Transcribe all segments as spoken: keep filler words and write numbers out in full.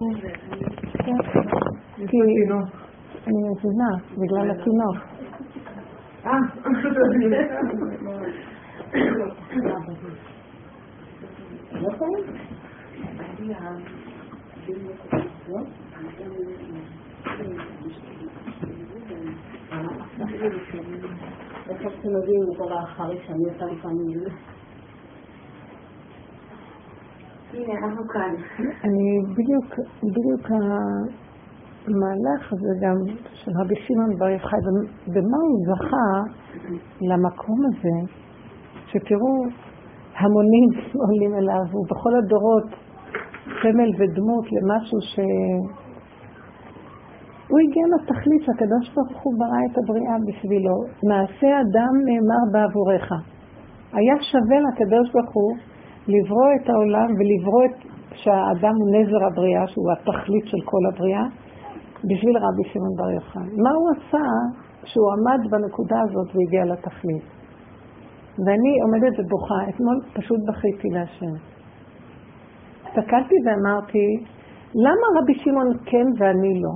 כי אני מבינה, בגלל התינוק. אה, לא קוראים? איך אתם יודעים לכל האחרי שאני עושה לפעמים? הנה, אנחנו כאן. אני בדיוק, בדיוק המהלך הזה גם של רבי שמעון בר יוחאי, במה הוא זכה למקום הזה, שתראו, המונים עולים אליו, ובכל הדורות סמל ודמות למשהו ש... הוא הגיע לתכלית שהקדוש ברוך הוא ברא את הבריאה בשבילו. מעשה אדם נאמר בעבורך. היה שווה לקדוש ברוך הוא לברוא את העולם ולברוא את שהאדם הוא נזר הבריאה, שהוא התכלית של כל הבריאה, בשביל רבי שמעון בר יוחאי. מה הוא עשה שהוא עמד בנקודה הזאת והגיע לתכלית? ואני עומדת ובוכה, אתמול פשוט בכיתי להשם. הסתכלתי ואמרתי, למה רבי שמעון כן ואני לא?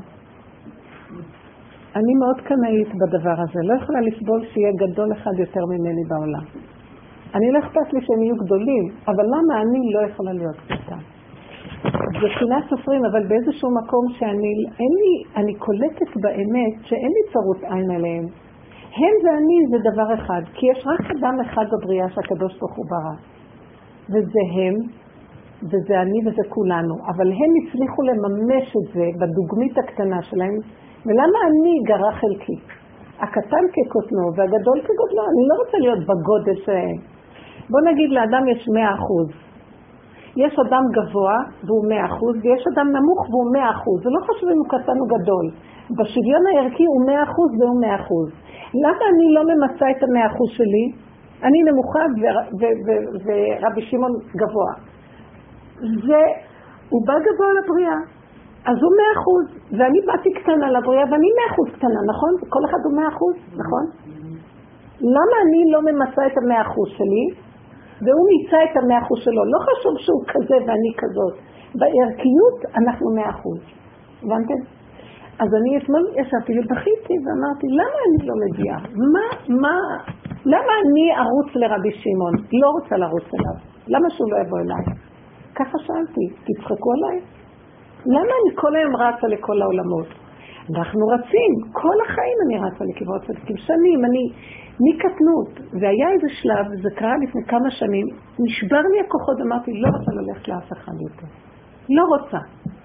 אני מאוד קנאית בדבר הזה, לא יכולה לסבול שיהיה גדול אחד יותר ממני בעולם. אני לא אכפת לי שהם יהיו גדולים, אבל למה אני לא יכולה להיות קטנה? זה קנאת סופרים, אבל באיזשהו מקום שאני, אין לי, אני קולטת באמת שאין לי צרות עין עליהם. הם ואני זה דבר אחד, כי יש רק אדם אחד בבריאה שהקדוש ברוך הוא ברא. וזה הם, וזה אני וזה כולנו. אבל הם הצליחו לממש את זה בדוגמית הקטנה שלהם. ולמה אני גרה חלקי? הקטן כקוטנו והגדול כגודלו. אני לא רוצה להיות בגודל שלהם. בוא נגיד לאדם יש מאה אחוז. יש אדם גבוה והוא מאה אחוז, ויש אדם נמוך והוא מאה אחוז. זה לא חשוב אם הוא קטן או גדול. בשוויון הערכי הוא מאה אחוז והוא מאה אחוז. למה אני לא ממצא את המאה אחוז שלי? אני נמוכה ורבי שמעון גבוה. זה, הוא בא גבוה לבריאה. אז הוא מאה אחוז, ואני באתי קטנה לבריאה, ואני מאה אחוז קטנה, נכון? כל אחד הוא מאה אחוז, נכון? למה אני לא ממצא את המאה אחוז שלי, והוא מיצא את המאה אחוז שלו? לא חשוב שהוא כזה ואני כזאת. בערכיות אנחנו מאה אחוז. הבנתם? אז אני אתמול ישבתי ובכיתי ואמרתי, למה אני לא מגיעה? מה, מה, למה אני ארוץ לרבי שמעון? לא רוצה לרוץ אליו. למה שהוא לא יבוא אליי? ככה שאלתי, תצחקו עליי? למה אני כל היום רצה לכל העולמות? אנחנו רצים, כל החיים אני רצה לקברות צדיקים, שנים, אני מקטנות. והיה איזה שלב, זה קרה לפני כמה שנים, נשבר לי הכוחות, אמרתי, לא רוצה ללכת לאף אחד יותר. לא רוצה.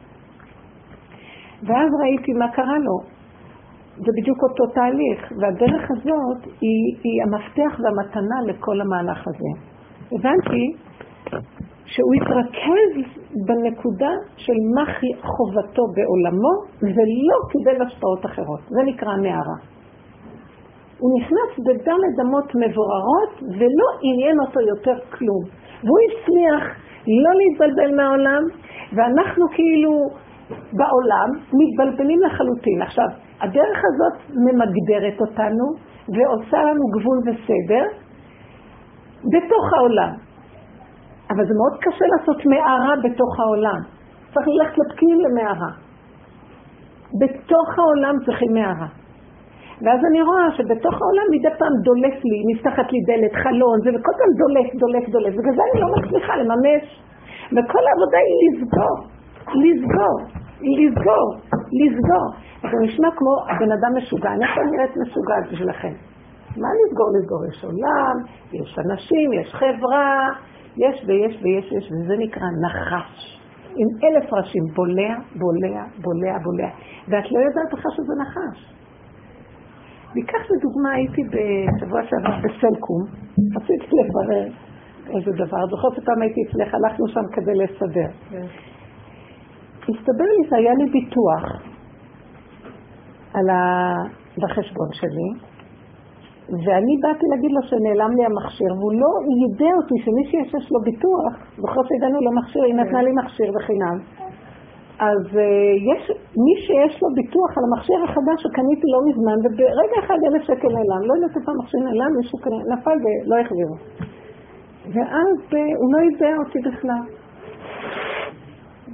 ואז ראיתי מה קרה לו. זה בדיוק אותו תהליך, והדרך הזאת היא, היא המפתח והמתנה לכל המהלך הזה. הבנתי שהוא יתרכז בנקודה של מה חובתו בעולמו, ולא קיבל השפעות אחרות. זה נקרא נערה. הוא נכנס בדלת אמות מבוררות, ולא עניין אותו יותר כלום. והוא הצליח לא להתבלבל מהעולם, ואנחנו כאילו בעולם מתבלבלים לחלוטין. עכשיו, הדרך הזאת ממגדרת אותנו, ועושה לנו גבול וסדר, בתוך העולם. אבל זה מאוד קשה לעשות מערה בתוך העולם. צריך ללכת לפקיעים למערה. בתוך העולם צריכים מערה. ואז אני רואה שבתוך העולם מדי פעם דולף לי, נפתחת לי דלת, חלון, זה וכל פעם דולף, דולף, דולף. בגלל זה אני לא מצליחה לממש. וכל העבודה היא לסגור, לסגור, לסגור, לסגור. זה נשמע כמו הבן אדם משוגע. אני עכשיו נראית משוגעת בשבילכם. מה לסגור? לסגור? יש עולם, יש אנשים, יש חברה, יש ויש ויש ויש, וזה נקרא נחש. עם אלף ראשים, בולע, בולע, בולע, בולע. ואת לא יודעת לך שזה נחש. וכך לדוגמה הייתי בשבוע שעבר בסלקום, רציתי לברר איזה דבר, זוכרת שפעם הייתי אצלך, הלכנו שם כדי לסדר. הסתבר לי שהיה לי ביטוח על ה... בחשבון שלי, ואני באתי להגיד לו שנעלם לי המכשיר, והוא לא ידע אותי שמי שיש לו ביטוח, זוכרת שהגענו למכשיר, היא נתנה לי מכשיר בחינם. אז uh, יש מי שיש לו ביטוח על המכשיר החדש שקניתי לא מזמן, וברגע אחד אלף שקל נעלם, לא יודעת איפה המכשיר נעלם, מישהו נפל ולא החזירו. ואז uh, הוא לא ידע אותי בכלל.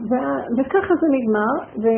וככה זה נגמר,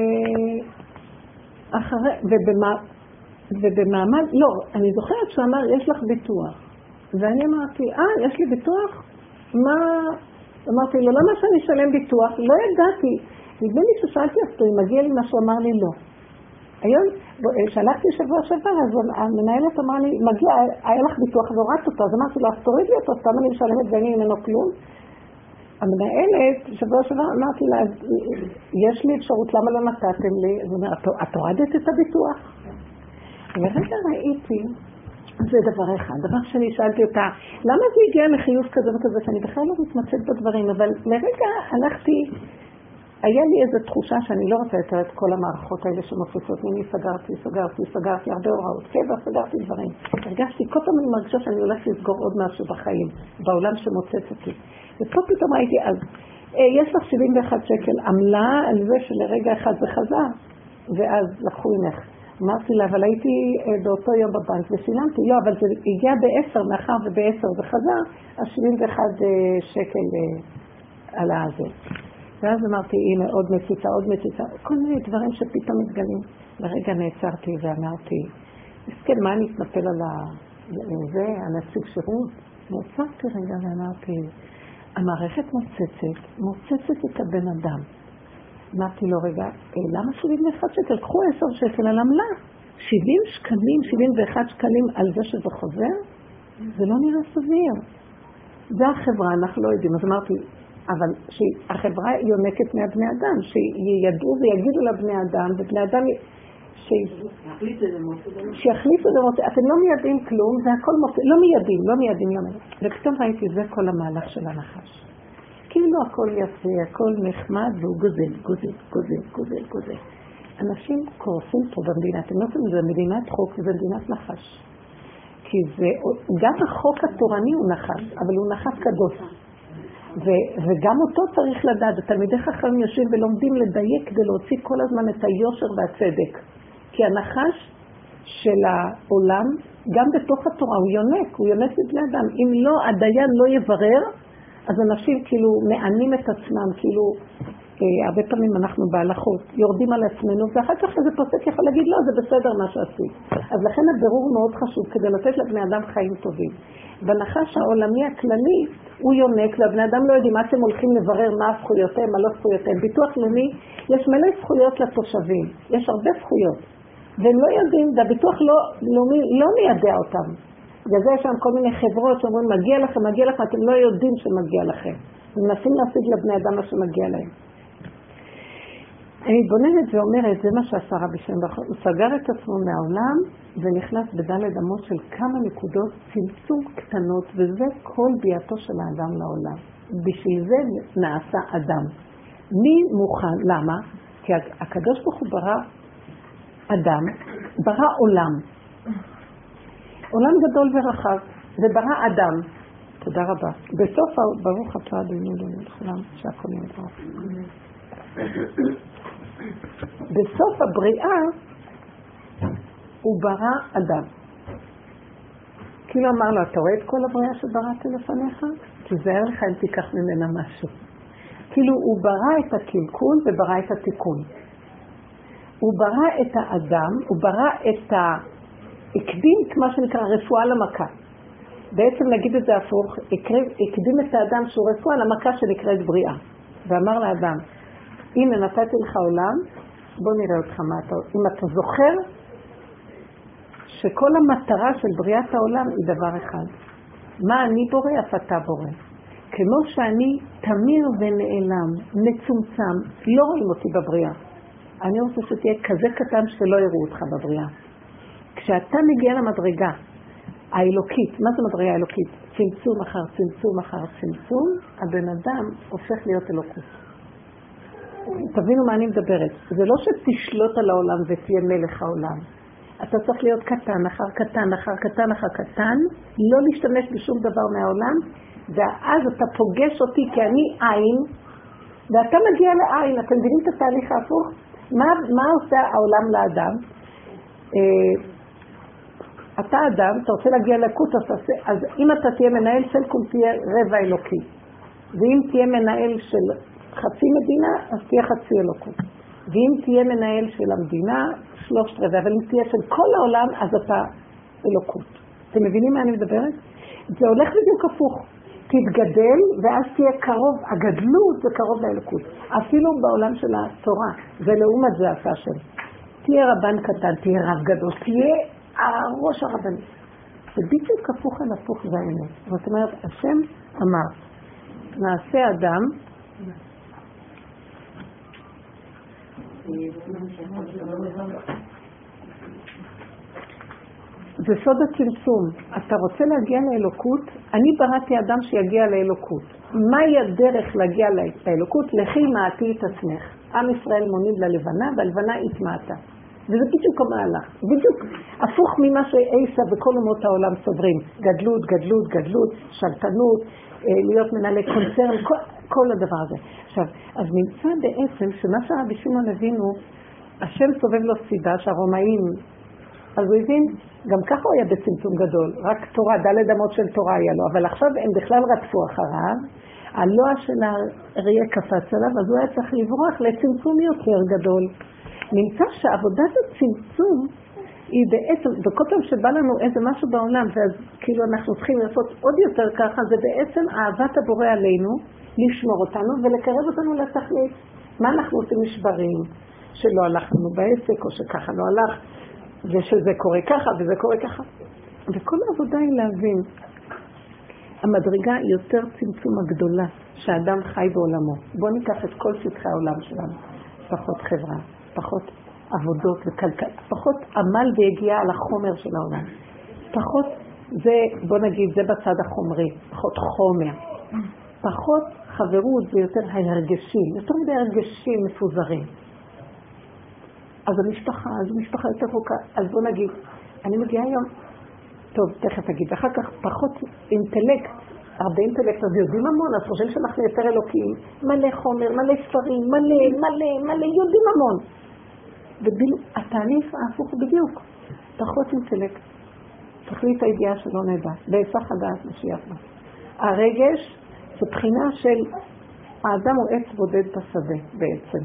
ואחרי, ובמה, ובמעמד, לא, אני זוכרת שהוא אמר, יש לך ביטוח. ואני אמרתי, אה, יש לי ביטוח? מה? אמרתי לו, למה שאני אשלם ביטוח? לא ידעתי. נדמה לי ששאלתי אותו, אם מגיע לי משהו, אמר לי לא. היום, שלחתי שבוע שבוע, אז המנהלת אמרה לי, מגיע, היה לך ביטוח והורדת אותו, אז אמרתי לו, אז תוריד לי אותו, סתם אני משלמת ואני ממנו כלום. המנהלת, שבוע שבוע, אמרתי לה, יש לי אפשרות, למה לא נתתם לי? אז אומר, את הורדת את הביטוח? ורגע ראיתי, זה דבר אחד. דבר שני, שאלתי אותה, למה זה הגיע לחיוב כזה וכזה, שאני בכלל לא מתמצאת בדברים, אבל לרגע הלכתי, היה לי איזו תחושה שאני לא רוצה יותר את כל המערכות האלה שמפוצות ממני, סגרתי, סגרתי, סגרתי, הרבה הוראות, קבע, סגרתי דברים. הרגשתי, כל פעם אני מרגישה שאני הולכת לסגור עוד משהו בחיים, בעולם שמוצץ אותי. ופה פתאום ראיתי, אז יש לך שבעים ואחד שקל עמלה על זה שלרגע אחד זה חזר, ואז לקחו ממך. אמרתי לה, אבל הייתי באותו יום בבנק ושילמתי, לא, אבל זה הגיע בעשר, מאחר ובעשר זה חזר, אז שבעים ואחד שקל על הזה. ואז אמרתי, הנה, עוד מציצה, עוד מציצה, כל מיני דברים שפתאום מתגלים. לרגע נעצרתי ואמרתי, מסכן, מה אני אתנפל על זה, הנציג שירות? נעצרתי רגע ואמרתי, המערכת מוצצת, מוצצת את הבן אדם. אמרתי לו, רגע, למה שבעים ואחד שקל? קחו עשר שקל על עמלה. שבעים שקלים, שבעים ואחד שקלים על זה שזה חוזר? זה לא נראה סביר. זה החברה, אנחנו לא יודעים. אז אמרתי, אבל שהחברה יונקת מהבני אדם, שידעו ויגידו לבני אדם, ובני אדם שיחליפו זה מוצא, אתם לא מיידעים כלום, זה הכל מוצא, לא מיידעים, לא מיידעים, לא מיידעים. ופתאום ראיתי, זה כל המהלך של הנחש. כאילו הכל יפה, הכל נחמד, והוא גוזל, גוזל, גוזל, גוזל, גוזל. אנשים קורסים פה במדינה, אתם לא יודעים, זה מדינת חוק, זה מדינת נחש. כי זה, גם החוק התורני הוא נחש, אבל הוא נחש קדוש. ו- וגם אותו צריך לדעת, התלמידי חכמים יושבים ולומדים לדייק כדי להוציא כל הזמן את היושר והצדק. כי הנחש של העולם, גם בתוך התורה, הוא יונק, הוא יונק לבני אדם. אם לא, הדיין לא יברר, אז אנשים כאילו מענים את עצמם, כאילו, אה, הרבה פעמים אנחנו בהלכות, יורדים על עצמנו, ואחר כך איזה פוסק יכול להגיד, לא, זה בסדר מה שעשית. אז לכן הבירור מאוד חשוב, כדי לתת לבני אדם חיים טובים. בנחש העולמי הכללי, הוא יונק, והבני אדם לא יודעים מה אתם הולכים לברר מה זכויותיהם, מה לא זכויותיהם. ביטוח לאומי, יש מלא זכויות לתושבים, יש הרבה זכויות. והם לא יודעים, והביטוח לאומי לא מיידע אותם. וזה יש שם כל מיני חברות שאומרים, מגיע לכם, מגיע לכם, אתם לא יודעים שמגיע לכם. ומנסים להשיג לבני אדם מה שמגיע להם. אני מתבוננת ואומרת, זה מה שעשה רבי שם בחור. הוא סגר את עצמו מהעולם ונכנס בדלת אמות של כמה נקודות צמצום קטנות, וזה כל ביאתו של האדם לעולם. בשביל זה נעשה אדם. מי מוכן? למה? כי הקדוש ברוך הוא ברא אדם, ברא עולם. עולם גדול ורחב, וברא אדם. תודה רבה. בסוף, ברוך אתה אדוני לכולם, שהכל נברא. בסוף הבריאה הוא ברא אדם. כאילו אמר לו, אתה רואה את כל הבריאה שבראתי לפניך? כי זה היה לך אם תיקח ממנה משהו. כאילו הוא ברא את הקלקול וברא את התיקון. הוא ברא את האדם, הוא ברא את ה... הקדים מה שנקרא רפואה למכה. בעצם נגיד את זה הפוך, הקדים את האדם שהוא רפואה למכה שנקראת בריאה. ואמר לאדם, הנה נתתי לך עולם, בוא נראה אותך מה אתה... אם אתה זוכר שכל המטרה של בריאת העולם היא דבר אחד. מה אני בורא, אף אתה בורא. כמו שאני תמיר ונעלם, מצומצם, לא רואים אותי בבריאה. אני רוצה שתהיה כזה קטן שלא יראו אותך בבריאה. כשאתה מגיע למדרגה האלוקית, מה זה מדרגה האלוקית? צמצום אחר צמצום אחר צמצום, הבן אדם הופך להיות אלוקות. תבינו מה אני מדברת. זה לא שתשלוט על העולם ותהיה מלך העולם. אתה צריך להיות קטן אחר קטן אחר קטן אחר קטן, לא להשתמש בשום דבר מהעולם, ואז אתה פוגש אותי כי אני עין, ואתה מגיע לעין. אתם מבינים את התהליך ההפוך? מה, מה עושה העולם לאדם? אתה אדם, אתה רוצה להגיע לקות, אז אם אתה תהיה מנהל סלקום, תהיה רבע אלוקי. ואם תהיה מנהל של חצי מדינה, אז תהיה חצי אלוקות. ואם תהיה מנהל של המדינה, שלושת רבעי, אבל אם תהיה של כל העולם, אז אתה אלוקות. אתם מבינים מה אני מדברת? זה הולך בדיוק הפוך. תתגדל, ואז תהיה קרוב, הגדלות זה קרוב לאלוקות. אפילו בעולם של התורה, זה לעומת זה עשה השם. תהיה רבן קטן, תהיה רב גדול, תהיה הראש הרבני. זה בדיוק הפוך על הפוך זה האמת. זאת אומרת, השם אמר, נעשה אדם, זה סוד הצמצום. אתה רוצה להגיע לאלוקות? אני בראתי אדם שיגיע לאלוקות. מהי הדרך להגיע לאלוקות? לכי מעטי את עצמך. עם ישראל מונים ללבנה, והלבנה התמעטה. וזה בדיוק המהלך. בדיוק הפוך ממה שעשה וכל אומות העולם סוברים. גדלות, גדלות, גדלות, שלטנות, להיות מנהלי קונצרן, כל, כל הדבר הזה. עכשיו, אז נמצא בעצם שמה שרבי שמעון הבינו, השם סובב לו סיבה שהרומאים, אז הוא הבין, גם ככה הוא היה בצמצום גדול, רק תורה, דלת אמות של תורה היה לו, אבל עכשיו הם בכלל רדפו אחריו, הלוע של האריה קפץ עליו, אז הוא היה צריך לברוח לצמצום יותר גדול. נמצא שעבודת הצמצום היא בעצם, וכל פעם שבא לנו איזה משהו בעולם, ואז כאילו אנחנו צריכים לעשות עוד יותר ככה, זה בעצם אהבת הבורא עלינו, לשמור אותנו ולקרב אותנו לתכלית. מה אנחנו עושים משברים? שלא הלכנו בעסק, או שככה לא הלך, ושזה קורה ככה, וזה קורה ככה. וכל העבודה היא להבין. המדרגה היא יותר צמצום הגדולה, שהאדם חי בעולמו. בואו ניקח את כל שטחי העולם שלנו. פחות חברה, פחות עבודות וכלכלה, פחות עמל והגיעה על החומר של העולם. פחות, זה, בוא נגיד, זה בצד החומרי, פחות חומר. פחות חברות זה יותר ההרגשים, יותר מדי הרגשים מפוזרים. אז המשפחה, אז המשפחה יותר חוקה. אז בוא נגיד, אני מגיעה היום, טוב, תכף אגיד, ואחר כך פחות אינטלקט, הרבה אינטלקט, אז יודעים המון, אז חושבים שאנחנו יותר אלוקים, מלא חומר, מלא ספרים, מלא, מלא, מלא, יודעים המון. והתעניף ההפוך בדיוק, פחות אינטלקט. תחליט הידיעה שלא נדע, בהיסח הדעת משיח בה. הרגש זה בחינה של האדם הוא עץ בודד בשדה בעצם.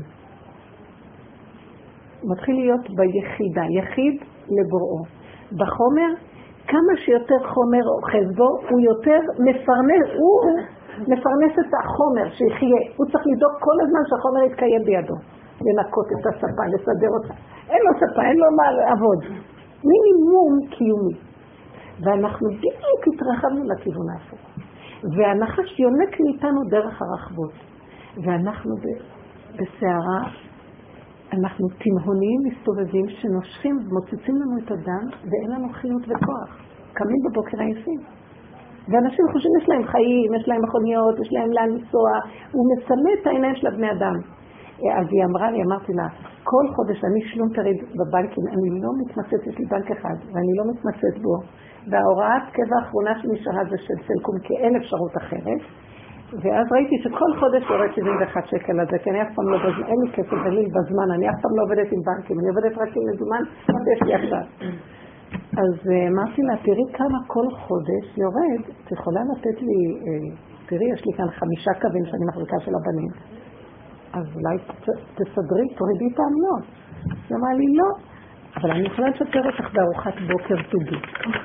מתחיל להיות ביחידה, יחיד לבוראו. בחומר, כמה שיותר חומר אוחז בו, הוא יותר מפרנס, הוא מפרנס את החומר שיחיה. הוא צריך לדאוג כל הזמן שהחומר יתקיים בידו. לנקות את הספה, לסדר אותה. אין לו ספה, אין לו מה לעבוד. מינימום קיומי. ואנחנו בדיוק התרחבנו לכיוון ההפוך. והנחש יונק מאיתנו דרך הרחבות. ואנחנו בסערה, אנחנו תימהוניים מסתובבים שנושכים ומוצצים לנו את הדם ואין לנו חיות וכוח. קמים בבוקר עייפים. ואנשים חושבים יש להם חיים, יש להם מכוניות, יש להם לאן לנסוע. הוא מצמא את העיניים של הבני אדם. אז היא אמרה לי, אמרתי לה, כל חודש אני שלונטרית בבנקים, אני לא מתמצאת, יש לי בנק אחד ואני לא מתמצאת בו. וההוראת קבע האחרונה שנשארה זה של סלקום כי אין אפשרות אחרת. ואז ראיתי שכל חודש יורד שבעים ואחד שקל על זה, כי אני אף פעם לא בזמן, אין לי כסף ולי בזמן, אני אף פעם לא עובדת עם בנקים, אני עובדת רק עם מזומן, מה יש לי עכשיו. אז אמרתי לה, תראי כמה כל חודש יורד, את יכולה לתת לי, תראי, יש לי כאן חמישה קווים שאני מחזיקה של הבנים, אז אולי תסדרי, תורידי את העמלות. היא אמרה לי, לא, אבל אני יכולה לשפר אותך בארוחת בוקר טוגי.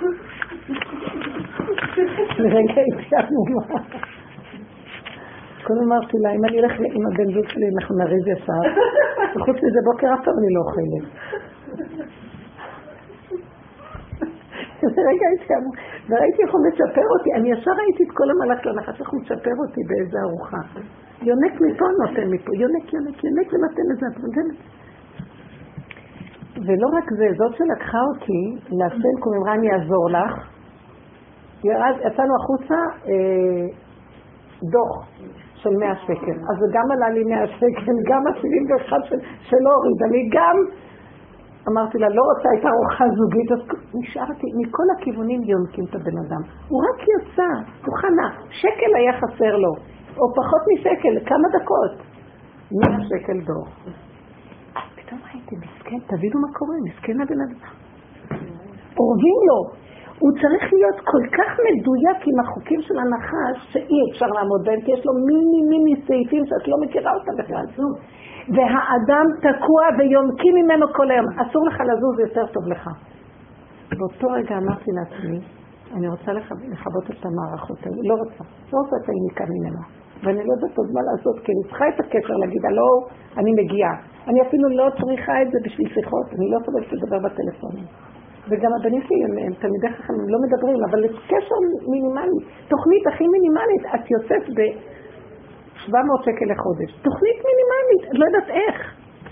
לרגע התייענו מה. קודם אמרתי לה, אם אני אלך עם הבן זוג שלי, אנחנו נריב ישר. וחוץ מזה בוקר אף פעם אני לא אוכלת. לרגע התייענו. וראיתי איך הוא מצ'פר אותי. אני ישר ראיתי את כל המלאך לנחש, איך הוא מצ'פר אותי באיזה ארוחה. יונק מפה נותן מפה. יונק, יונק, יונק ונותן לזה. ולא רק זה, זאת שלקחה אותי לסלקום, אמרה אני אעזור לך. יצאנו החוצה דוח של מאה שקל. אז זה גם עלה לי מאה שקל, גם ה-שבעים ואחת של, שלא הוריד. אני גם אמרתי לה, לא רוצה את ארוחה זוגית, אז נשארתי, מכל הכיוונים יונקים את הבן אדם. הוא רק יצא, הוא חנה, שקל היה חסר לו, או פחות משקל, כמה דקות. מאה שקל דוח. פתאום ראיתי, מסכן, תבינו מה קורה, מסכן הבן אדם. אורבים לו, הוא צריך להיות כל כך מדויק עם החוקים של הנחש, שאי אפשר לעמוד בהם, כי יש לו מיני מיני סעיפים שאת לא מכירה אותם בכלל. והאדם תקוע ויומקים ממנו כל היום. אסור לך לזוז, יותר טוב לך. באותו רגע אמרתי לעצמי, אני רוצה לכבות את המערכות האלה. לא רוצה. לא רוצה את העיניקה ממנו. ואני לא יודעת עוד מה לעשות, כי אני צריכה את הקשר להגיד, הלא, אני מגיעה. אני אפילו לא צריכה את זה בשביל שיחות. אני לא סובלת לדבר בטלפונים. וגם הבנים שלי הם, הם תלמידי חכמים, הם לא מדברים, אבל קשר מינימלי, תוכנית הכי מינימלית, את יוצאת ב-שבע מאות שקל לחודש. תוכנית מינימלית, את לא יודעת איך.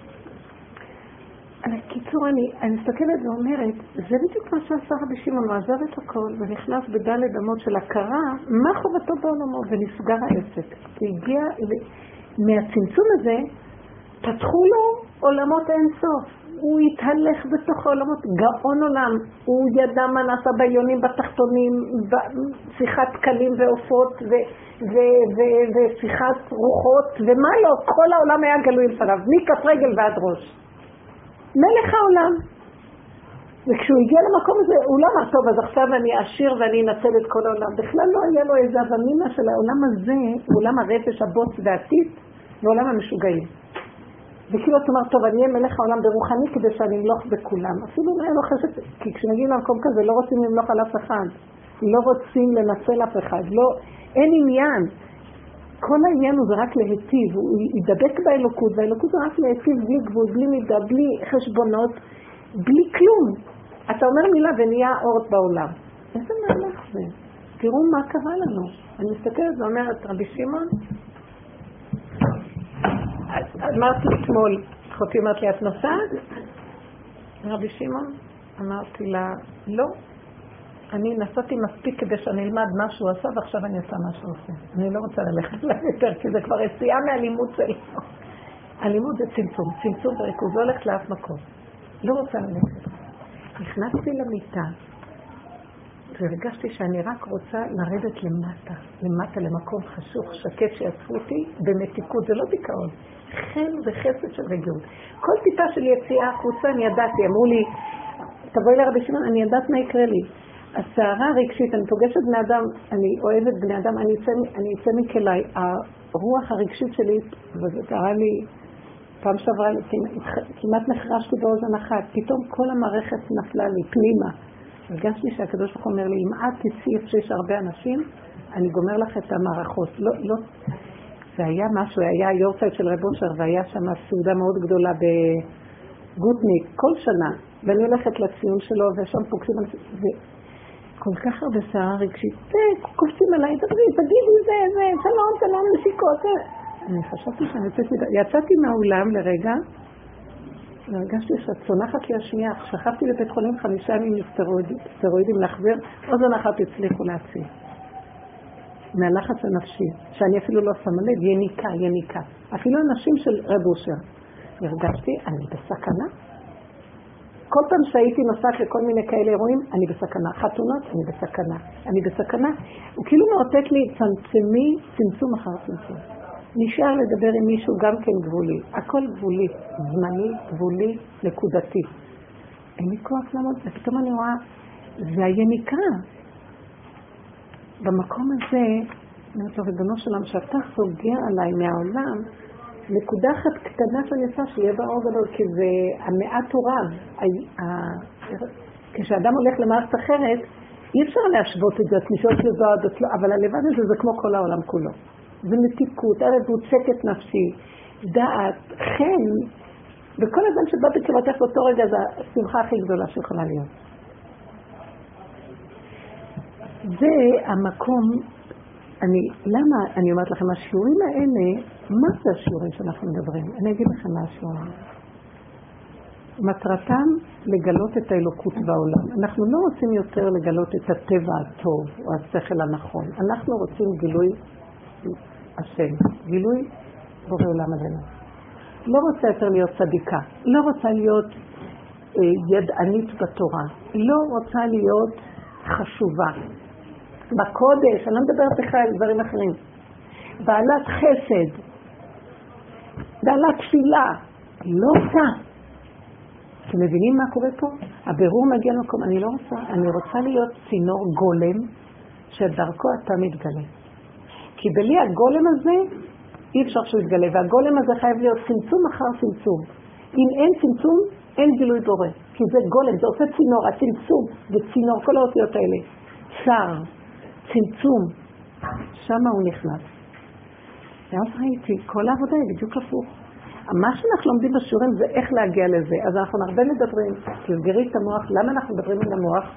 על הקיצור, אני, אני מסתכלת ואומרת, זה בדיוק מה שעשה רבי שמעון, הוא עזב את הכל ונכנס בדלת אמות של הכרה, מה חובתו בעולמו, ונסגר העסק. והגיע, מהצמצום הזה, פתחו לו עולמות אין סוף. הוא התהלך בתוך העולמות, גאון עולם, הוא ידע מה נעשה בעליונים, בתחתונים, בשיחת קלים ועופות, ושיחת רוחות, ומה לא, כל העולם היה גלוי לפניו, מכף רגל ועד ראש. מלך העולם. וכשהוא הגיע למקום הזה, הוא לא אמר, טוב, אז עכשיו אני אשיר ואני אנצל את כל העולם. בכלל לא היה לו איזה הבנינה של העולם הזה, עולם הרפש, הבוץ והטיט, ועולם המשוגעים. וכאילו את אומרת, טוב, אני אהיה מלך העולם ברוחני כדי שאני אמלוך בכולם. אפילו לא לא חשבת, כי כשנגיעים למקום כזה לא רוצים למלוך על אף אחד. לא רוצים לנצל אף אחד. לא, אין עניין. כל העניין הוא זה רק להיטיב. הוא ידבק באלוקות, והאלוקות זה רק להיטיב בלי גבול, בלי מידה, בלי חשבונות, בלי כלום. אתה אומר מילה ונהיה אורת בעולם. איזה מהלך זה? תראו מה קרה לנו. אני מסתכלת ואומרת, רבי שמעון, אמרתי אתמול, אחותי אמרת לי, את נוסעת? רבי שמעון, אמרתי לה, לא. אני נסעתי מספיק כדי שאני אלמד מה שהוא עשה, ועכשיו אני עושה מה שהוא עושה. אני לא רוצה ללכת לה יותר, כי זה כבר יציאה מהלימוד שלו. הלימוד זה צמצום, צמצום וריכוז, לא הולכת לאף מקום. לא רוצה ללכת. נכנסתי למיטה, והרגשתי שאני רק רוצה לרדת למטה, למטה למקום חשוך, שקט שיצפו אותי, במתיקות, זה לא דיכאון. חן וחסד של רגיעות. כל טיפה של יציאה החוצה, אני ידעתי, אמרו לי, תבואי לרבי שמעון, אני ידעת מה יקרה לי. הסערה הרגשית, אני פוגשת בני אדם, אני אוהבת בני אדם, אני אצא, אני אצא מכלי. הרוח הרגשית שלי, וזה קרה לי, פעם שעברה, כמעט נחרשתי באוזן אחת, פתאום כל המערכת נפלה לי, פנימה. הרגשתי שהקדוש ברוך הוא אומר לי, אם את תצאי איפה שיש הרבה אנשים, אני גומר לך את המערכות. לא, לא. זה היה משהו, היה יורצייט של רב אושר, והיה שם סעודה מאוד גדולה בגוטניק, כל שנה. ואני הולכת לציון שלו, ושם פוגשים אנשים, וכל כך הרבה שערה רגשית, זה, קופצים עליי, תגידי, תגידי, זה, זה, שלום, שלום, נשיקות, זה. אני חשבתי שאני יצאתי, יצאתי מהאולם לרגע, והרגשתי שאת צונחת לי השנייה, שכבתי לבית חולים חמישה ימים סטרואידים להחזיר, אוזן אחת הצליחו להציל. מהלחץ הנפשי, שאני אפילו לא שמה לב, יניקה, יניקה. אפילו אנשים של רב אושר. הרגשתי, אני בסכנה. כל פעם שהייתי נוסעת לכל מיני כאלה אירועים, אני בסכנה. חתונות, אני בסכנה. אני בסכנה. הוא כאילו מאותת לי, צמצמי, צמצום אחר צמצום. נשאר לדבר עם מישהו גם כן גבולי. הכל גבולי, זמני, גבולי, נקודתי. אין לי כוח לעמוד, ופתאום אני רואה, זה היניקה. במקום הזה, אני אומרת לו, ריבונו שלם, שאתה סוגר עליי מהעולם, נקודה אחת קטנה שאני עושה, שיהיה באור גדול, כי זה המעט הוא רב. כשאדם הולך למערכת אחרת, אי אפשר להשוות את זה, את נשארת לבד, אבל הלבד הזה זה כמו כל העולם כולו. זה מתיקות, ערבות, שקט נפשי, דעת, חן, וכל אדם שבא בקרבתך באותו רגע, זה השמחה הכי גדולה שיכולה להיות. זה המקום, אני, למה אני אומרת לכם, השיעורים האלה, מה זה השיעורים שאנחנו מדברים? אני אגיד לכם מה השיעורים. מטרתם לגלות את האלוקות בעולם. אנחנו לא רוצים יותר לגלות את הטבע הטוב או השכל הנכון. אנחנו רוצים גילוי השם, גילוי בורא עולם עלינו. לא רוצה יותר להיות צדיקה, לא רוצה להיות אה, ידענית בתורה, לא רוצה להיות חשובה. בקודש, אני לא מדברת בכלל על דברים אחרים. בעלת חסד, בעלת תפילה, לא רוצה. אתם מבינים מה קורה פה? הבירור מגיע למקום, אני לא רוצה, אני רוצה להיות צינור גולם שדרכו אתה מתגלה. כי בלי הגולם הזה אי אפשר שהוא יתגלה, והגולם הזה חייב להיות צמצום אחר צמצום. אם אין צמצום, אין גילוי בורא, כי זה גולם, זה עושה צינור, הצמצום, זה צינור, כל האותיות האלה. צער, צמצום, שמה הוא נכנס. ואז ראיתי, כל העבודה היא בדיוק הפוך. מה שאנחנו לומדים בשיעורים זה איך להגיע לזה. אז אנחנו הרבה מדברים, תסגרי את המוח. למה אנחנו מדברים על המוח?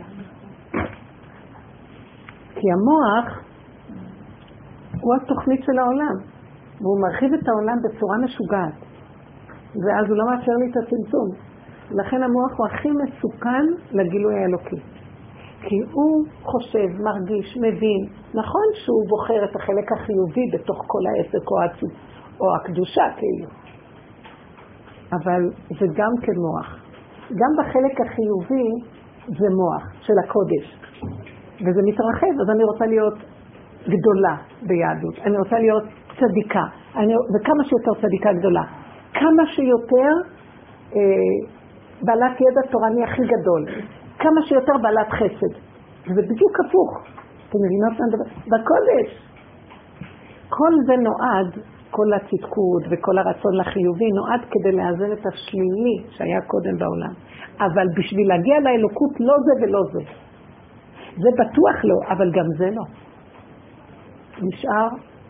כי המוח הוא התוכנית של העולם, והוא מרחיב את העולם בצורה משוגעת, ואז הוא לא מאפשר לי את הצמצום. לכן המוח הוא הכי מסוכן לגילוי האלוקי, כי הוא חושב, מרגיש, מבין. נכון שהוא בוחר את החלק החיובי בתוך כל העסק או העצות או הקדושה כאילו, אבל זה גם כן מוח. גם בחלק החיובי זה מוח של הקודש, וזה מתרחב. אז אני רוצה להיות גדולה ביהדות, אני רוצה להיות צדיקה, אני, וכמה שיותר צדיקה גדולה, כמה שיותר אה, בעלת ידע תורני הכי גדול, כמה שיותר בעלת חסד. זה בדיוק הפוך. אתם מבינות מה דבר? בקודש. כל זה נועד, כל הצדקות וכל הרצון לחיובי, נועד כדי לאזן את השלילי שהיה קודם בעולם. אבל בשביל להגיע לאלוקות לא זה ולא זה. זה בטוח לא, אבל גם זה לא. נשאר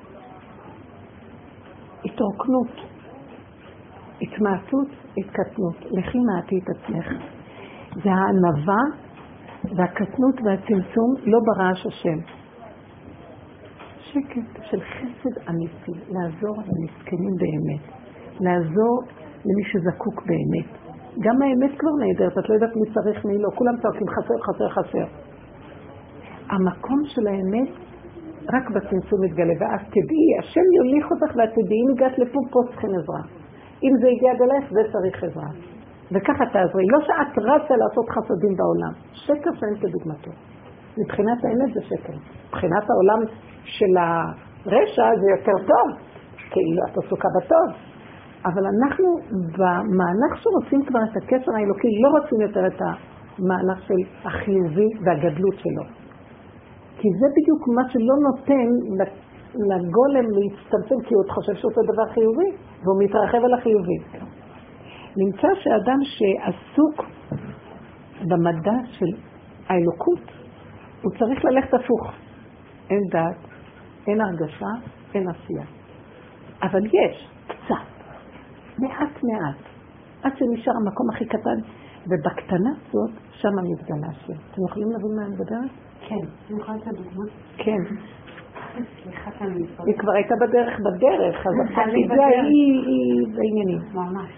התרוקנות, התמעטות, התקטנות. לכי מעטי את עצמך. זה הענווה והקטנות והצמצום לא ברעש השם. שקט של חסד אמיתי, לעזור למסכנים באמת, לעזור למי שזקוק באמת. גם האמת כבר נהדרת, את לא יודעת מי צריך מי לא, כולם צועקים חסר, חסר, חסר. המקום של האמת רק בצמצום מתגלה, ואז תדעי, השם יוליך אותך ואת תדעי, אם הגעת לפה, פה צריכים עזרה. אם זה הגיע גלך, זה צריך עזרה. וככה תעזרי, לא שאת רצה לעשות חסדים בעולם. שקר שאין כדוגמתו. מבחינת האמת זה שקר. מבחינת העולם של הרשע זה יותר טוב, כאילו את עסוקה בטוב. אבל אנחנו במהלך שרוצים כבר את הקשר האלוקי, לא רוצים יותר את המהלך של החיובי והגדלות שלו. כי זה בדיוק מה שלא נותן לגולם להצטמצם, כי הוא עוד חושב שהוא עושה דבר חיובי, והוא מתרחב על החיובי. נמצא שאדם שעסוק במדע של האלוקות, הוא צריך ללכת הפוך. אין דעת, אין הרגשה, אין עשייה. אבל יש, קצת, מעט מעט, עד שנשאר המקום הכי קטן, ובקטנה הזאת, שם מתגלה השם. אתם יכולים להבין מה אני מדברת? כן, אני יכולה לתת דוגמה? כן. סליחה כאן מפרק. היא כבר הייתה בדרך בדרך, אז זה היא בעניינים. ממש.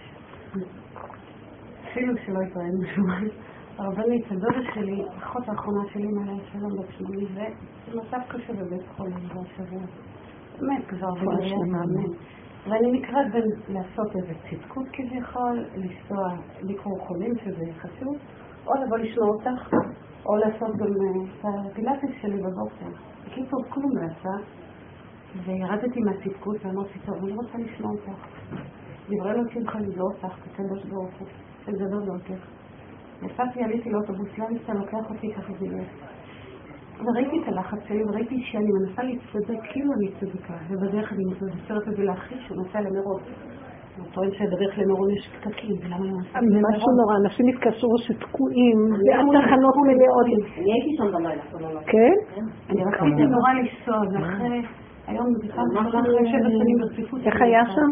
אפילו שלא יתראינו שומעים. הרבנית, הדודה שלי, אחות האחרונה שלי מעלה שלום בת שמוני, ומצב קשה בבית חולים בשבוע. באמת, כבר בגלל ואני נקראת בין לעשות איזה צדקות כביכול, לנסוע, לקרוא חולים שזה חשוב, או לבוא לשמוע אותך, או לעשות גם את הפילאטיס שלי בבוקר. בקיצור, כלום לעשה, וירדתי מהצדקות ואמרתי, טוב, אני רוצה לשמוע אותך. דברי לו שמך לבוא אותך, כקדוש ברוך הוא, שגדול באותך. יצאתי, עליתי לאוטובוס, לא ניסה, לוקח אותי ככה זילך. וראיתי את הלחץ שלי, וראיתי שאני מנסה להצטדק, כאילו אני צדקה, ובדרך אני מתבשרת את זה להחיש, הוא נוסע למירון. הוא טוען שבדרך למירון יש פקקים, ולמה אני נוסע למירון? זה משהו נורא, אנשים התקשרו שתקועים, והתחנות מלאות. אני הייתי שם בלילה, סבבה. כן? אני רציתי נורא לנסוע, ואחרי, היום בכלל אחרי שבע שנים ברציפות. איך היה שם?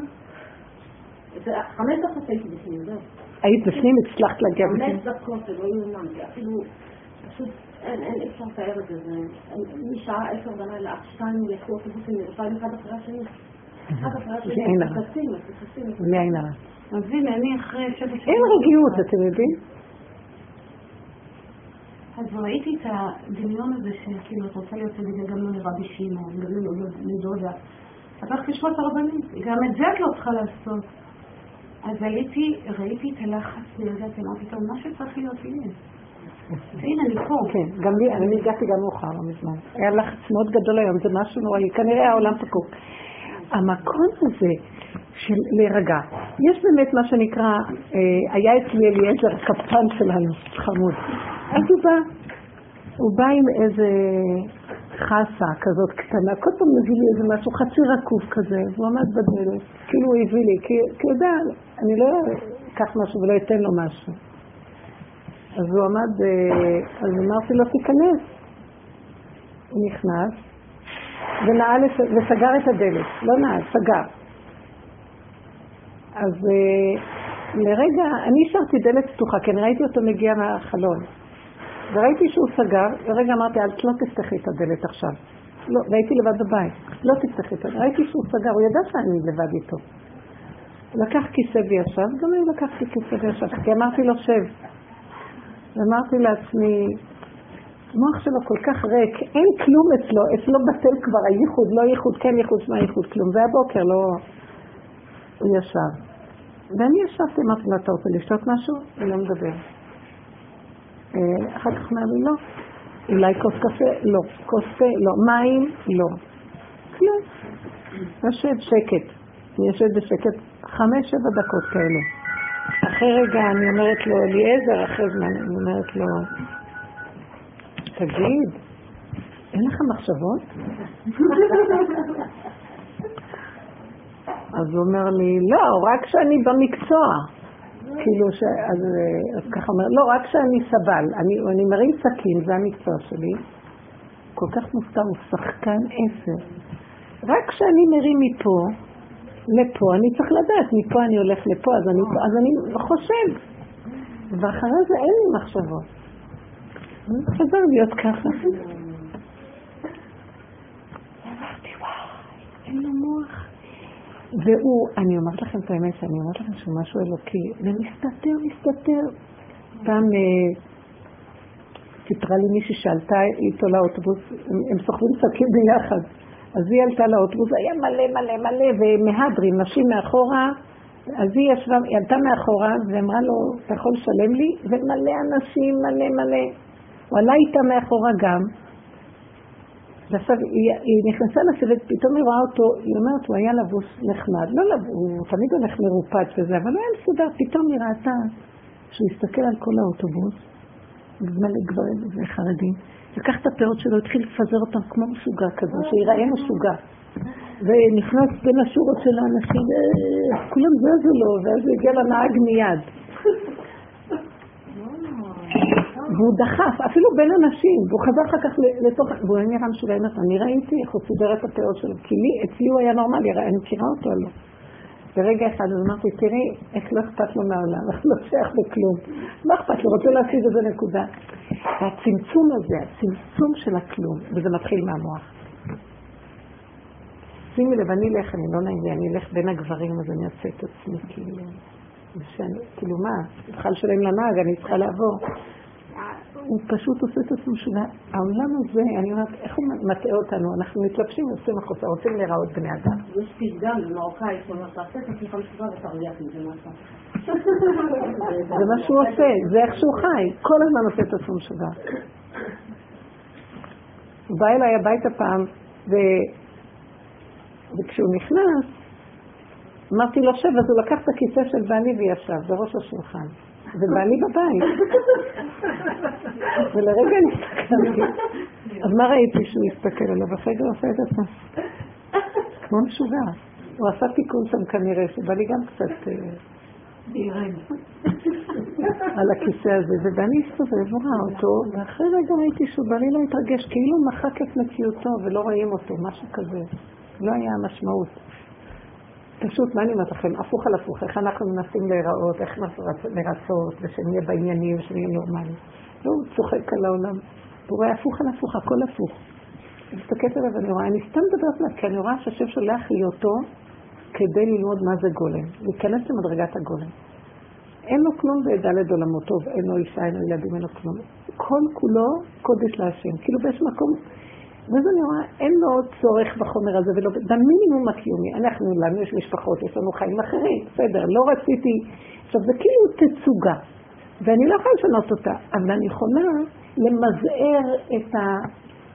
חמש דקות הייתי בפנים, זהו. היית בפנים, הצלחת להגיע בפנים. חמש דקות, זה לא יאומן, כי אפילו, פשוט, אין, אין אפשר לתאר את זה. משעה עשר בלילה, עד שתיים ילכו אוטובוסים ירושלים אחד אחרי השני. אחד אחרי השני, מתחסים, מתחסים. בלי עין הרע. אז הנה, אני אחרי שבע שנים. אין רגיעות, אתם יודעים? אז ראיתי את הדמיון הזה שכאילו, את רוצה להיות צדיק גם לא לרבי שמעון, גם לא לדודה. הפכתי לשמוע את הרבנים, גם את זה את לא צריכה לעשות. אז עליתי, ראיתי את הלחץ לידת, אמרתי טוב, מה שצריך להיות יהיה. הנה, אני פה. כן, גם לי, אני הגעתי גם מאוחר, לא מזמן. היה לחץ מאוד גדול היום, זה משהו נוראי, כנראה העולם פקוק. המקום הזה, של להירגע. יש באמת מה שנקרא, היה אצלי אליעזר, הקפטן שלנו, חמוד. אז הוא בא, הוא בא עם איזה חסה כזאת קטנה, כל פעם מביא לי איזה משהו, חצי רקוב כזה, והוא עמד בדלת, כאילו הוא הביא לי, כי הוא יודע, אני לא אקח משהו ולא אתן לו משהו. אז הוא עמד, אז אמרתי לו, תיכנס. הוא נכנס, ונעל, וסגר את הדלת, לא נעל, סגר. אז לרגע, אני השארתי דלת פתוחה, כי אני ראיתי אותו מגיע מהחלון. וראיתי שהוא סגר, ורגע אמרתי, אל לא תפתחי את הדלת עכשיו. לא, והייתי לבד בבית, לא תפתחי את הדלת. ראיתי שהוא סגר, הוא ידע שאני לבד איתו. לקח כיסא וישב, גם אני לקחתי כיסא וישב, כי אמרתי לו שב. ואמרתי לעצמי, המוח שלו כל כך ריק, אין כלום אצלו, אצלו בטל כבר הייחוד, לא ייחוד, כן ייחוד, מה ייחוד, כלום. זה הבוקר, לא... הוא ישב. ואני ישבתי, אמרתי לו, אתה רוצה לשתות משהו? הוא לא מדבר. אחר כך אמר לי, לא. אולי כוס קפה? לא. כוס תה? לא. מים? לא. כלום. יושב שקט. אני יושב בשקט חמש, שבע דקות כאלה. אחרי רגע אני אומרת לו, אליעזר, אחרי זמן, אני אומרת לו, תגיד, אין לך מחשבות? אז הוא אומר לי, לא, רק שאני במקצוע. כאילו, ש... אז, אז ככה אומר, לא, רק שאני סבל. אני, אני מרים סכין, זה המקצוע שלי. כל כך מופתע, הוא שחקן עשר. רק כשאני מרים מפה, לפה, אני צריך לדעת, מפה אני הולך לפה, אז אני, אז אני חושב. ואחרי זה אין לי מחשבות. אני חזר להיות ככה. אמרתי, וואי, אין לו מוח. והוא, אני אומרת לכם את האמת, שאני אומרת לכם שהוא משהו אלוקי, ומסתתר, מסתתר. פעם סיפרה לי מישהי שעלתה איתו לאוטובוס, הם סוחבים שקים ביחד. אז היא עלתה לאוטובוס, היה מלא מלא מלא, ומהדרים, נשים מאחורה, אז היא ישבה, היא עלתה מאחורה, ואמרה לו, אתה יכול לשלם לי? ומלא אנשים, מלא מלא. הוא עלה איתה מאחורה גם, ועכשיו היא, היא נכנסה לשבת, פתאום היא רואה אותו, היא אומרת, הוא היה לבוש נחמד, לא לבוש, הוא תמיד הולך מרופד וזה, אבל הוא היה מסודר, פתאום היא ראתה שהוא הסתכל על כל האוטובוס, מלא גברים וחרדים, לקח את הפאות שלו, התחיל לפזר אותם כמו משוגע כזה, שיראה משוגע. ונכנס בין השורות של האנשים, כולם זזו לו, ואז הוא הגיע לנהג מיד. והוא דחף, אפילו בין אנשים, והוא חזר אחר כך לתוך, והוא נראה משוגע, אני ראיתי איך הוא סידר את הפאות שלו, כי לי, אצלי הוא היה נורמלי, אני מכירה אותו לא. ברגע אחד, אז אמרתי, תראי, איך לא אכפת לו מהעולם, איך לא שייך בכלום. לא אכפת לו, רוצה להשיג איזה נקודה. והצמצום הזה, הצמצום של הכלום, וזה מתחיל מהמוח. שימי לב, אני אלך, אני לא נעים לי, אני אלך בין הגברים, אז אני אעשה את עצמי, כאילו, ושאני, כאילו מה, אני צריכה לשלם לנהג, אני צריכה לעבור. הוא פשוט עושה את עצמו שונה. העולם הזה, אני אומרת, איך הוא מטעה אותנו? אנחנו מתלבשים, עושים החוצה, רוצים להיראות בני אדם. יש פתגם במרוקאי שאומר, תעשה את עצמך משוגע ותרוויח מזה משהו. זה מה שהוא עושה, זה איך שהוא חי. כל הזמן עושה את עצמו משוגע. הוא בא אליי הביתה פעם, ו... וכשהוא נכנס, אמרתי לו שב, אז הוא לקח את הכיסא של בעלי וישב בראש השולחן. ובעלי בבית. ולרגע נסתכלתי. אז מה ראיתי שהוא הסתכל עליו? אחרי הוא עושה את עצמו. כמו משוגע. הוא עשה תיקון שם כנראה, שבעלי גם קצת על הכיסא הזה. ובעלי הסתובב וראה אותו, ואחרי רגע ראיתי שהוא בעלי לא התרגש, כאילו מחק את מציאותו ולא רואים אותו, משהו כזה. לא היה המשמעות. פשוט, מה אני אומרת לכם? הפוך על הפוך, איך אנחנו מנסים להיראות, איך נרצות, ושנהיה בעניינים, ושנהיה נורמליים. והוא צוחק על העולם. הוא רואה הפוך על הפוך, הכל הפוך. אני מסתכלת עליו ואני רואה, אני סתם מדברת מה, כי אני רואה שהשם שולח לי אותו כדי ללמוד מה זה גולם. להיכנס למדרגת הגולם. אין לו כלום וידע עולמו טוב, אין לו אישה, אין לו ילדים, אין לו כלום. כל כולו קודש להשם. כאילו באיש מקום... ואז אני רואה, אין לו צורך בחומר הזה, ולא, במינימום הקיומי, אנחנו, לנו יש משפחות, יש לנו חיים אחרים, בסדר, לא רציתי, עכשיו זה כאילו תצוגה, ואני לא יכולה לשנות אותה, אבל אני יכולה למזער את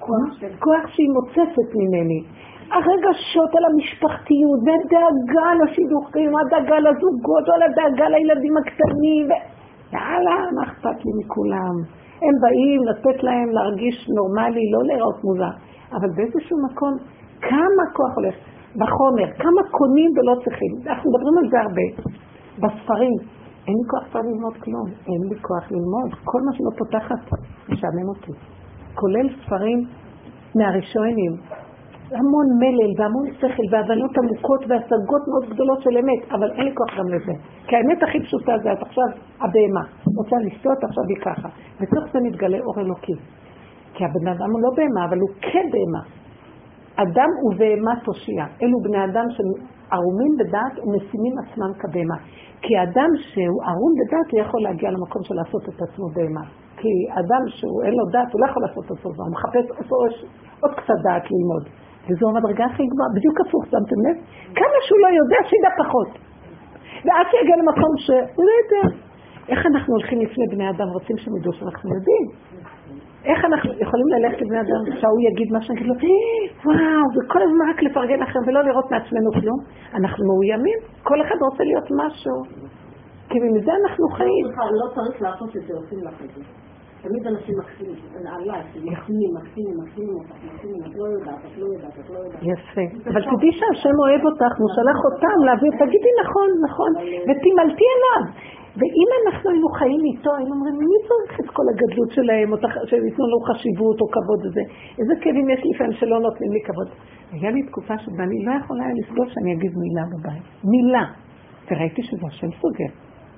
כוח שהיא מוצפת ממני. הרגשות על המשפחתיות, והדאגה לשידוכים, הדאגה לזוגות, או הדאגה לילדים הקטנים. יאללה, מה אכפת לי מכולם? הם באים לתת להם להרגיש נורמלי, לא להיראות מוזר. אבל באיזשהו מקום, כמה כוח הולך בחומר, כמה קונים ולא צריכים. אנחנו מדברים על זה הרבה. בספרים, אין לי כוח כבר ללמוד כלום. אין לי כוח ללמוד. כל מה שלא פותחת, משעמם אותי. כולל ספרים מהראשונים. המון מלל והמון שכל והבנות עמוקות והשגות מאוד גדולות של אמת, אבל אין לי כוח גם לזה. כי האמת הכי פשוטה זה את עכשיו הבהמה. רוצה לשתות, עכשיו היא ככה. בתוך זה מתגלה אור אלוקי. כי הבן אדם הוא לא בהמה, אבל הוא כבהמה. אדם ובהמה תושיע. אלו בני אדם שערומים בדעת ומשימים עצמם כבהמה. כי אדם שהוא ערום בדעת הוא יכול להגיע למקום של לעשות את עצמו בהמה. כי אדם שהוא אין לו דעת הוא לא יכול לעשות את עצמו. הוא מחפש עוד, עוד קצת דעת ללמוד. וזו המדרגה הכי גבוהה, בדיוק הפוך, שמתם לב? כמה שהוא לא יודע, שידע פחות. ועד שיגיע למקום ש... הוא לא יודע. איך אנחנו הולכים לפני בני אדם, רוצים שהם ידעו שאנחנו יודעים? איך אנחנו יכולים ללכת לבני אדם, שהוא יגיד מה שנגיד לו, וואו, זה כל הזמן רק לפרגן אחרים ולא לראות מעצמנו כלום. אנחנו מאוימים, כל אחד רוצה להיות משהו. כי מזה אנחנו חיים. לא צריך לעשות את זה, עושים לך את זה. תמיד אנשים מקסימים, עליי, שמקסימים, מקסימים, מקסימים אותך, מקסימים, את לא יודעת, את לא יודעת, את לא יודעת. יפה. אבל תדעי שהשם אוהב אותך, הוא שלח אותם להעביר, תגידי נכון, נכון, ותמלתי עליו. ואם אנחנו היינו חיים איתו, היינו אומרים, מי צריך את כל הגדלות שלהם, שניתנו לו חשיבות או כבוד וזה? איזה כאבים יש לפעמים שלא נותנים לי כבוד. היה לי תקופה שבה אני לא יכולה לסבול שאני אגיד מילה בבית. מילה. וראיתי שזה השם סוגר.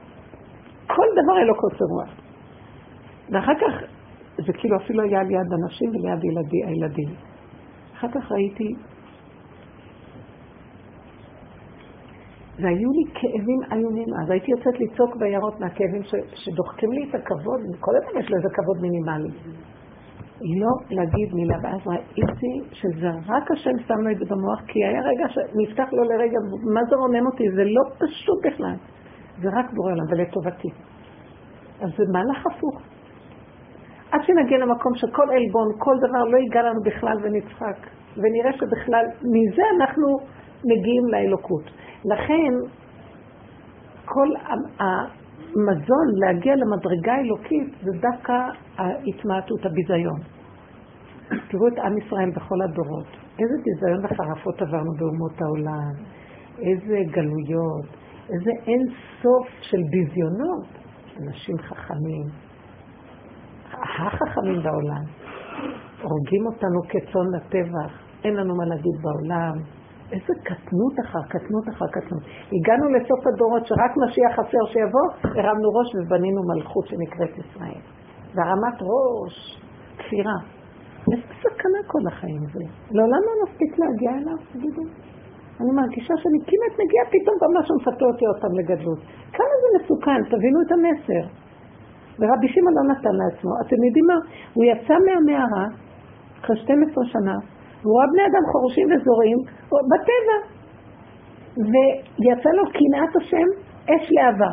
כל דבר היה לו קוצר רוח. ואחר כך, זה כאילו אפילו היה ליד אנשים וליד ילדי, הילדים. אחר כך ראיתי, והיו לי כאבים איומים, אז הייתי יוצאת לצעוק ביערות מהכאבים ש, שדוחקים לי את הכבוד, כל הזמן יש לו איזה כבוד מינימלי. לא להגיד מילה, ואז ראיתי שזה רק השם שם לו את זה במוח, כי היה רגע שנפתח לו לרגע, מה זה רונן אותי? זה לא פשוט בכלל. זה רק בורא עולם, ולטובתי. אז זה מהלך הפוך. עד שנגיע למקום שכל אלבון, כל דבר לא ייגע לנו בכלל ונצחק. ונראה שבכלל, מזה אנחנו מגיעים לאלוקות. לכן, כל המזון להגיע למדרגה האלוקית, זה דווקא ההתמעטות, הביזיון. תראו את עם ישראל בכל הדורות. איזה ביזיון וחרפות עברנו באומות העולם. איזה גלויות. איזה אין סוף של ביזיונות. אנשים חכמים. החכמים בעולם. הורגים אותנו כצאן לטבח. אין לנו מה להגיד בעולם. איזה קטנות אחר, קטנות אחר, קטנות. הגענו לסוף הדורות שרק משיח חסר שיבוא, הרמנו ראש ובנינו מלכות שנקראת ישראל. והרמת ראש, כפירה. איזה סכנה כל החיים זה. לעולם לא נספיק להגיע אליו, תגידו. אני מרגישה שאני כמעט מגיע פתאום במשהו מפתה אותי אותם לגדלות. כמה זה מסוכן, תבינו את המסר. ורבי שמעון לא נתן לעצמו. אתם יודעים מה? הוא יצא מהמערה, אחרי שתים עשרה שנה, והוא ראה בני אדם חורשים וזורים בטבע. ויצא לו קנאת השם, אש לאהבה.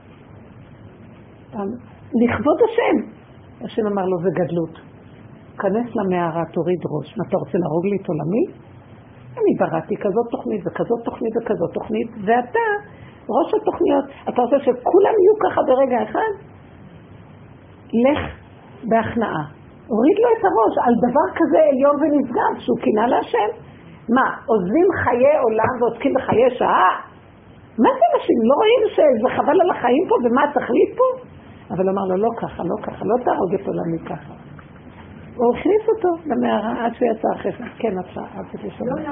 לכבוד השם. השם אמר לו, זה גדלות. כנס למערה, תוריד ראש. מה, אתה רוצה להרוג לי את עולמי? אני בראתי כזאת תוכנית וכזאת תוכנית וכזאת תוכנית, ואתה, ראש התוכניות, אתה רוצה שכולם יהיו ככה ברגע אחד? לך בהכנעה. הוריד לו את הראש על דבר כזה עליון ונשגב, שהוא קינה להשם. מה, עוזבים חיי עולם ועוסקים בחיי שעה? מה זה אנשים? לא רואים שזה חבל על החיים פה ומה התכלית פה? אבל הוא אמר לו, לא ככה, לא ככה, לא תהרוג את עולמי ככה. הוא הכניס אותו למערה עד שהוא יצא אחרי זה. כן, הצעה, עד שתשמע. לא, לא,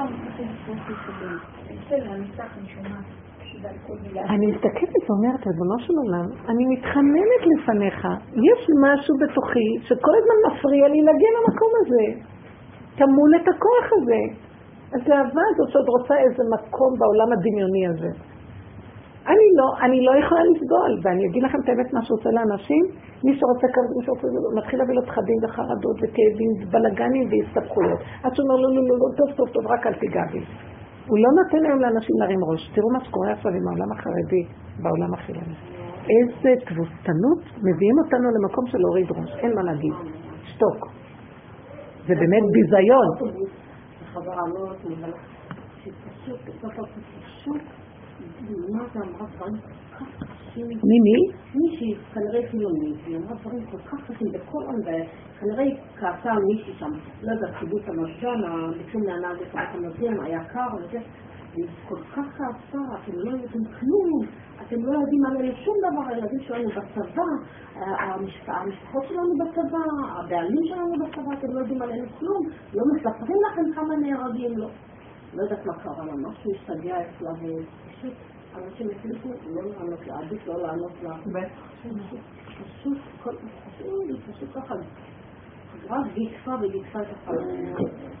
אני מסתכלת, אני שומעת. אני מסתכלת ואומרת, אדונו של עולם, אני מתחננת לפניך. יש משהו בתוכי שכל הזמן מפריע לי להגיע למקום הזה. תמול את הכוח הזה. הגאווה הזאת שעוד רוצה איזה מקום בעולם הדמיוני הזה. אני לא, אני לא יכולה לסבול, ואני אגיד לכם את האמת מה שעושה לאנשים, מי שרוצה כזה, מי שרוצה, מתחיל להביא לו פחדים וחרדות וכאבים, בלגנים והסתבכויות. עד שאומר, לא, לא, לא, לא, טוב, טוב, טוב, רק אל תיגע בי. הוא לא נותן היום לאנשים להרים ראש. תראו מה שקורה עכשיו עם העולם החרדי, בעולם החילוני. איזה תבוסתנות מביאים אותנו למקום של להוריד ראש. אין מה להגיד. שתוק. זה באמת ביזיון. חברה לא נותנים, אבל שפשוט, בסוף הכל פשוט, מה זה אמרה דברים כל כך קשים. מי מי? מישהי, כנראה חילונית, היא אמרה דברים כל כך קשים בכל עון, וכנראה כעסה מישהי שם, לא יודע, קיבוץ המזגן, ביקשו מהנהג לקיבוץ המזגן, היה קר וזה, היא כל כך כעסה, אתם לא יודעים כלום, אתם לא יודעים עלינו שום דבר, הילדים שלנו בצבא, המשפחות שלנו בצבא, הבעלים שלנו בצבא, אתם לא יודעים עלינו כלום, לא מספרים לכם כמה נהרגים, לא. לא יודעת מה קרה לה, משהו השתגע אצלה, ופשוט אנשים החליטו לא לענות לה, עדיף לא לענות לה. פשוט, פשוט, פשוט ככה, רק גיספה וגיספה את החלום.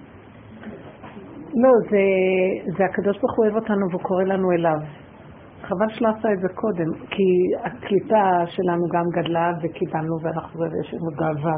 לא, זה הקדוש ברוך הוא אוהב אותנו והוא קורא לנו אליו. חבל שלא עשה את זה קודם, כי הקליטה שלנו גם גדלה וקיבלנו ואנחנו יש לנו גאווה.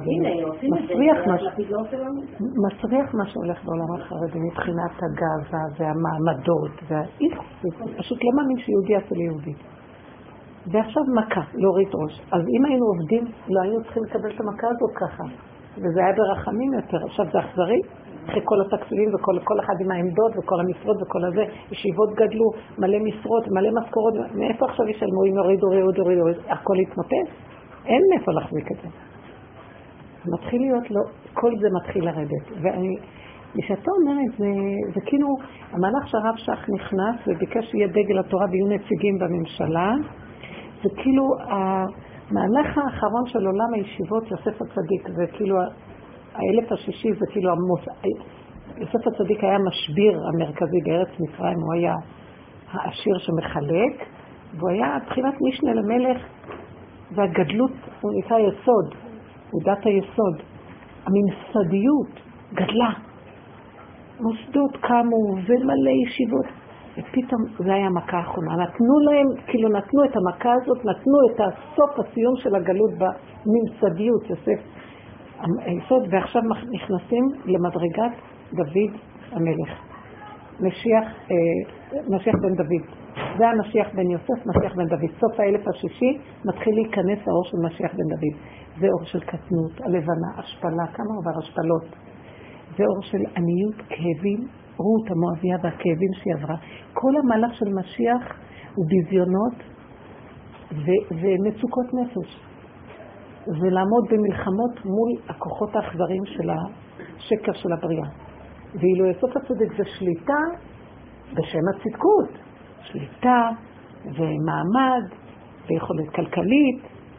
מסריח מה שהולך בעולם החרדי מבחינת הגאווה והמעמדות. פשוט לא מאמין שיהודי עשה ליהודי. ועכשיו מכה, להוריד ראש. אז אם היינו עובדים, לא היינו צריכים לקבל את המכה הזאת ככה. וזה היה ברחמים יותר. עכשיו זה אכזרי. אחרי כל התקציבים וכל כל אחד עם העמדות וכל המשרות וכל הזה, ישיבות גדלו, מלא משרות, מלא משכורות, מאיפה עכשיו ישלמו אם יורידו, יורידו, יורידו, הכל יתמוטט? אין מאיפה להחזיק את זה. מתחיל להיות לו, כל זה מתחיל לרדת. ואני, כשאתה אומרת, זה, זה כאילו, המהלך שהרב שך נכנס וביקש שיהיה דגל התורה ויהיו נציגים בממשלה, זה כאילו המהלך האחרון של עולם הישיבות, יוסף הצדיק, זה כאילו האלף השישי, זה כאילו המוס... יוסף הצדיק היה המשביר המרכזי בארץ מצרים, הוא היה העשיר שמחלק, והוא היה בחינת משנה למלך, והגדלות, הוא נקרא יסוד, הוא דת היסוד. הממסדיות גדלה. מוסדות קמו ומלא ישיבות, ופתאום זה היה המכה האחרונה. נתנו להם, כאילו נתנו את המכה הזאת, נתנו את הסוף הסיום של הגלות בממסדיות, יוסף היסוד, ועכשיו נכנסים למדרגת דוד המלך. משיח, אה, משיח בן דוד. זה המשיח בן יוסף, משיח בן דוד. סוף האלף השישי מתחיל להיכנס האור של משיח בן דוד. זה אור של קטנות, הלבנה, השפלה, כמה עבר השפלות. זה אור של עניות, כאבים, רות המואביה והכאבים שהיא עברה. כל המהלך של משיח הוא ביזיונות ו- ומצוקות נפש. ולעמוד במלחמות מול הכוחות האכזרים של השקר של הבריאה. ואילו יסוף הצדק זה שליטה בשם הצדקות. שליטה ומעמד ויכולת כלכלית,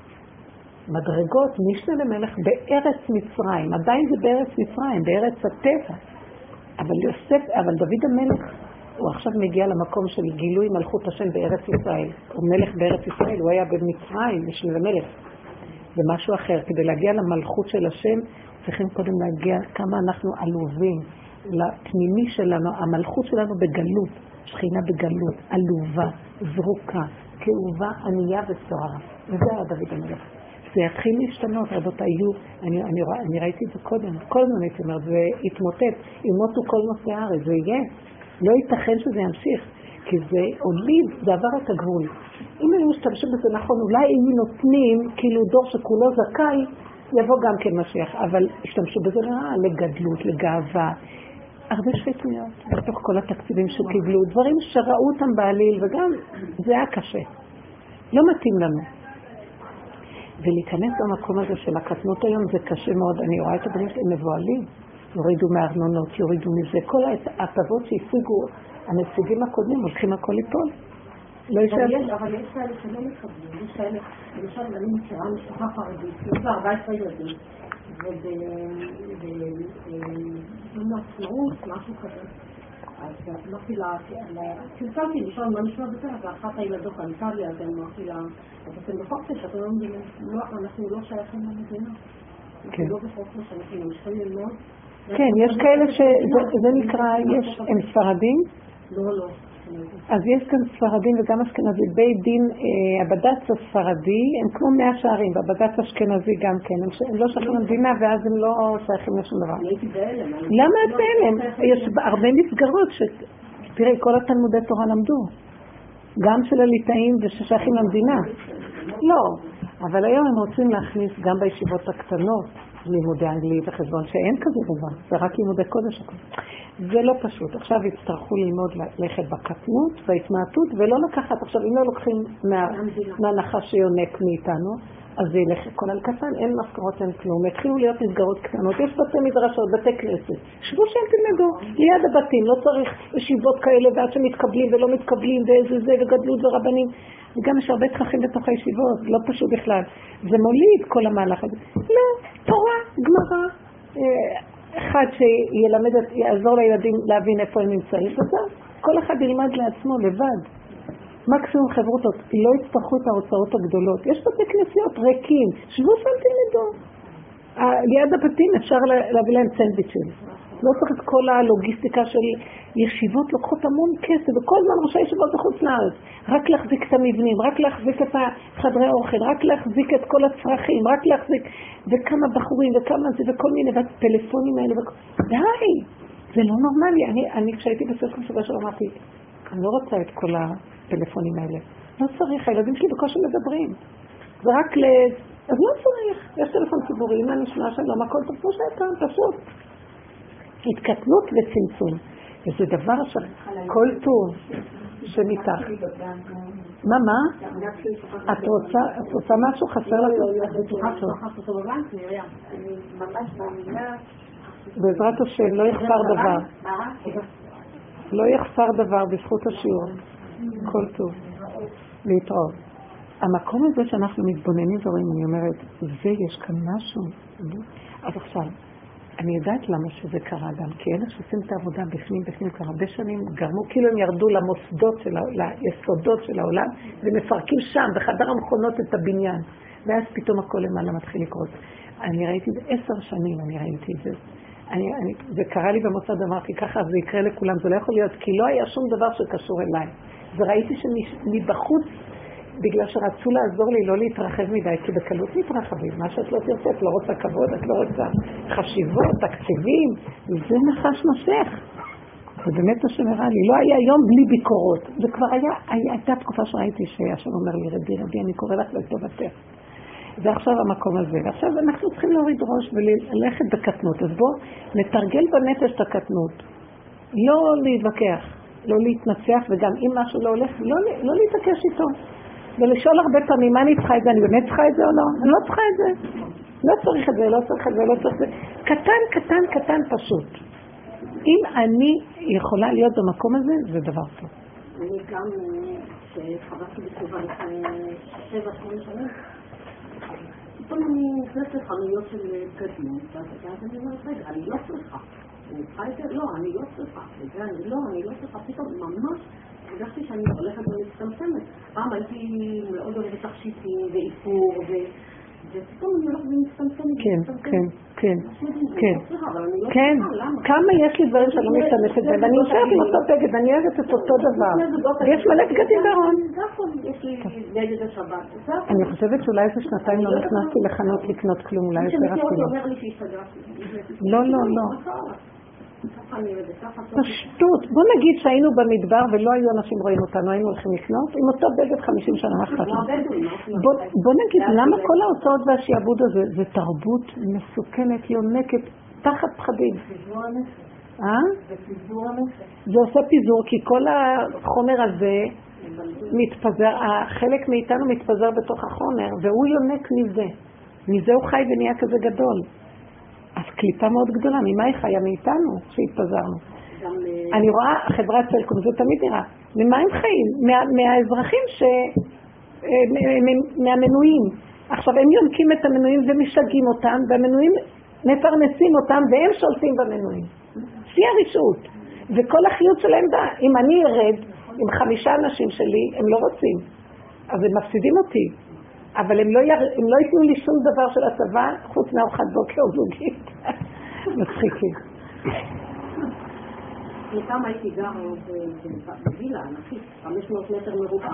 מדרגות, משנה למלך בארץ מצרים. עדיין זה בארץ מצרים, בארץ הטבע. אבל יוסף, אבל דוד המלך, הוא עכשיו מגיע למקום של גילוי מלכות השם בארץ ישראל. הוא מלך בארץ ישראל, הוא היה במצרים, משנה למלך. זה משהו אחר. כדי להגיע למלכות של השם, צריכים קודם להגיע כמה אנחנו עלובים, לפנימי שלנו, המלכות שלנו בגלות, שכינה בגלות, עלובה, זרוקה, כאובה, ענייה וסוערה. וזה היה דוד המלך. זה יתחיל להשתנות, רבותיי, יהיו, אני, אני, אני ראיתי את זה קודם, כל הזמן הייתי אומרת, זה יתמוטט, ימותו כל נושאי הארץ, זה יהיה, לא ייתכן שזה ימשיך, כי זה הוליד, זה עבר את הגבול. אם היו משתמשים בזה נכון, אולי היו נותנים, כאילו דור שכולו זכאי, יבוא גם כן משיח, אבל השתמשו בזה לרעה, לגדלות, לגאווה, הרבה שפיטויות, בתוך כל התקציבים שקיבלו, דברים שראו אותם בעליל, וגם זה היה קשה. לא מתאים לנו. ולהיכנס במקום הזה של הקטנות היום זה קשה מאוד. אני רואה את הדברים שהם מבועלים, יורידו מהארנונות, יורידו מזה. כל ההטבות שהשיגו הנציגים הקודמים הולכים הכל ליפול. לא יישאר. אבל יש כאלה שלא מקבלים. יש כאלה, למשל, אני מכירה משפחה חרדית, יש לה ארבעה עשר ילדים, ובמעצמאות, משהו כזה. אז אמרתי לה, צלצלתי לשאול מה נשמע בזה, ואחת הילדות ענתה לי, אז אמרתי לה, אז אתם בחופש, אתם לא מבינים, אנחנו לא שייכים למדינה. אנחנו לא בחופש, אנחנו ממשיכים ללמוד. כן, יש כאלה שזה נקרא, יש, הם ספרדים? לא, לא. אז יש כאן ספרדים וגם אשכנזי. בית דין, הבד"ץ הספרדי, הם כמו מאה שערים, והבד"ץ האשכנזי גם כן. הם לא שייכים למדינה ואז הם לא שייכים לשום דבר. למה את בהלם? יש הרבה מסגרות ש... תראי, כל התלמודי תורה למדו. גם של הליטאים וששייכים למדינה. לא. אבל היום הם רוצים להכניס גם בישיבות הקטנות, לימודי אנגלית וחשבון שאין כזה דבר, זה רק לימודי קודש. זה לא פשוט. עכשיו יצטרכו ללמוד ללכת בקטנות וההתמעטות, ולא לקחת, עכשיו אם לא לוקחים מה, מהנחש שיונק מאיתנו, אז זה ילך כל על קטן, אין משכורות, אין כלום. התחילו להיות מסגרות קטנות, יש בתי מדרשות, בתי כנסת. שבו שהם תלמדו, ליד הבתים, לא צריך ישיבות כאלה ועד שמתקבלים ולא מתקבלים ואיזה זה וגדלות ורבנים. וגם יש הרבה תככים בתוך הישיבות, לא פשוט בכלל. זה מוליד כל המהלך הזה. לא, תורה, גמרא, אחד שילמד, יעזור לילדים להבין איפה הם נמצאים, וזהו. כל אחד ילמד לעצמו לבד. מקסימום חברותות, לא יצטרכו את ההוצאות הגדולות. יש בתי כנסיות ריקים, שבו שם תלמדו. ליד הבתים אפשר להביא להם סנדוויצ'ים. לא צריך את כל הלוגיסטיקה של ישיבות, לוקחות המון כסף, וכל זמן ראשי ישיבות בחוץ לארץ. רק להחזיק את המבנים, רק להחזיק את החדרי האוכל, רק להחזיק את כל הצרכים, רק להחזיק, וכמה בחורים, וכמה זה, וכל מיני, והטלפונים האלה, וכ... די! זה לא נורמלי. אני, אני כשהייתי בספר שבוע שלא אמרתי, אני לא רוצה את כל הטלפונים האלה. לא צריך, הילדים שלי בקושי מדברים. זה רק ל... אז לא צריך. יש טלפון ציבורי, אם אני נשמע שלום, הכל טוב, כמו שאתה, פשוט. התקטנות וצמצום. וזה דבר שכל טוב שניתח. מה, מה? את רוצה, את רוצה משהו חסר לך? בעזרת השם, לא יחסר דבר. לא יחסר דבר בזכות השיעור. כל טוב. להתראות. המקום הזה שאנחנו מתבוננים ורואים, אני אומרת, זה יש כאן משהו. אז עכשיו, אני יודעת למה שזה קרה גם, כי אלה שעושים את העבודה בפנים, בפנים כבר הרבה שנים, גרמו, כאילו הם ירדו למוסדות, של, ליסודות של העולם, ומפרקים שם, בחדר המכונות את הבניין. ואז פתאום הכל למעלה מתחיל לקרות. אני ראיתי את זה עשר שנים, אני ראיתי את זה. אני, אני, זה קרה לי במוסד, אמרתי ככה, זה יקרה לכולם, זה לא יכול להיות, כי לא היה שום דבר שקשור אליי. וראיתי שמבחוץ, בגלל שרצו לעזור לי לא להתרחב מדי, כי בקלות מתרחבים, מה שאת לא תרצה, את לא רוצה כבוד, את לא רוצה חשיבות, תקציבים, וזה נחש נושך. זה באמת מה שמראה לי, לא היה יום בלי ביקורות, זה כבר היה, היה הייתה תקופה שראיתי שהשם אומר לי, רבי רבי, אני קורא לך לטובתך. זה עכשיו המקום הזה, ועכשיו אנחנו צריכים להוריד ראש וללכת בקטנות, אז בואו נתרגל בנפש את הקטנות, לא להתווכח, לא להתנצח, וגם אם משהו לא הולך, לא, לא להתעקש איתו. ולשאול הרבה פעמים, מה אני צריכה את זה? אני באמת צריכה את זה או לא? אני לא צריכה את זה. לא צריך את זה, לא צריך את זה, לא צריך את זה. קטן, קטן, קטן פשוט. אם אני יכולה להיות במקום הזה, זה דבר טוב. אני גם, שחברתי בתשובה לפני שבע, שמונה שנים, פתאום אני נכנסת לחנויות של קדמות, ואז אני אומרת, רגע, אני לא צריכה. אני צריכה את זה? לא, אני לא צריכה. וזה אני לא, אני לא צריכה. פתאום ממש הרגשתי שאני הולכת ומצטמצמת. פעם הייתי מאוד אוהבת תכשיטים ואיפור, ופתאום אני הולכת ומצטמצמת. כן, כן, כן, כן. כן, כמה יש לי דברים שאני לא מצטמצת בהם, ואני יושבת עם אותו בגד, אני אוהבת את אותו דבר. ויש מלא בגדים בארון. יש לי נגד השבת. אני חושבת שאולי איזה שנתיים לא נכנסתי לחנות לקנות כלום, אולי יותר אפילו. לא, לא, לא. פשטות. בוא נגיד שהיינו במדבר ולא היו אנשים רואים אותנו, היינו הולכים לקנות עם אותו בגד חמישים שנה אחת. בוא נגיד, למה כל ההוצאות והשיעבוד הזה זה תרבות מסוכנת, יונקת, תחת פחדים? זה עושה פיזור, כי כל החומר הזה מתפזר, החלק מאיתנו מתפזר בתוך החומר, והוא יונק מזה. מזה הוא חי ונהיה כזה גדול. אז קליפה מאוד גדולה, ממה היא חיה מאיתנו שהתפזרנו? אני רואה חברת סלקום, זה תמיד נראה. ממה הם חיים? מהאזרחים ש... מהמנויים. עכשיו הם יונקים את המנויים ומשגעים אותם, והמנויים מפרנסים אותם והם שולטים במנויים. שיא הרשעות. וכל החיות שלהם דה. אם אני ארד עם חמישה אנשים שלי, הם לא רוצים. אז הם מפסידים אותי. אבל הם לא, יר... הם לא ייתנו לי שום דבר של הצבא, חוץ מארוחת בוקר זוגית. מצחיקים. פעם הייתי גר בווילה ענקית, חמש מאות מטר מרובע.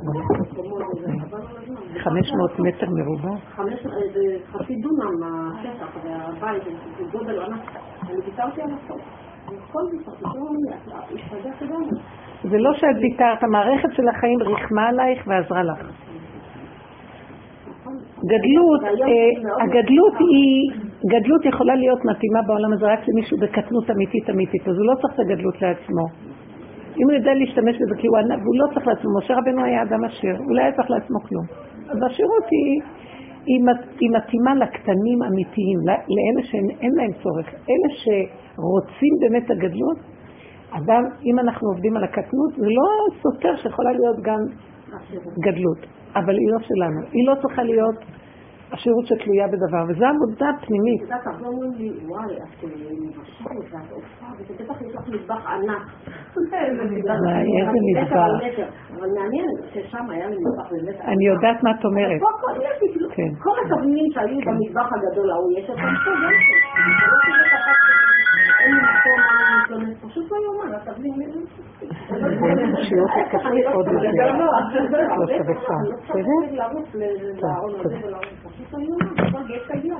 חמש מאות מטר מרובע? זה חצי דונם השטח, והבית, זה גודל ענק. אני ויתרתי על הסוף. כל ויתרתי, לא אני, השתגעתי גם. זה לא שאת ויתרת, המערכת של החיים ריחמה עלייך ועזרה לך. גדלות, הגדלות היא גדלות יכולה להיות מתאימה בעולם הזה רק למישהו בקטנות אמיתית אמיתית, אז הוא לא צריך את הגדלות לעצמו. אם הוא יודע להשתמש בזה כי הוא ענב, הוא לא צריך לעצמו. משה רבנו היה אדם עשיר, הוא לא היה צריך לעצמו כלום. אז השירות היא, היא, היא מתאימה לקטנים אמיתיים, לאלה שאין להם צורך. אלה שרוצים באמת הגדלות, אדם, אם אנחנו עובדים על הקטנות, זה לא סותר שיכולה להיות גם גדלות, אבל היא לא שלנו. היא לא צריכה להיות השירות שתלויה בדבר, וזו עבודה פנימית. את יודעת, הרבה אומרים לי, וואי, את מבשלת ואת עופה, וזה בטח יש לך מטבח ענק. איזה מטבח? אבל מעניין ששם היה לי מטבח באמת. אני יודעת מה את אומרת. כל התבנים שהיו במטבח הגדול ההוא, יש אותם פה גם אין לי מקום מה להתלונן, פשוט לא יאומן, התבנים מלאים. שיעות התקשרי עוד יותר. לא, לא סבבה. לא צריך לרוץ לעון הזה ולעון. פשוט לא יאומן, כבר גט תגיע.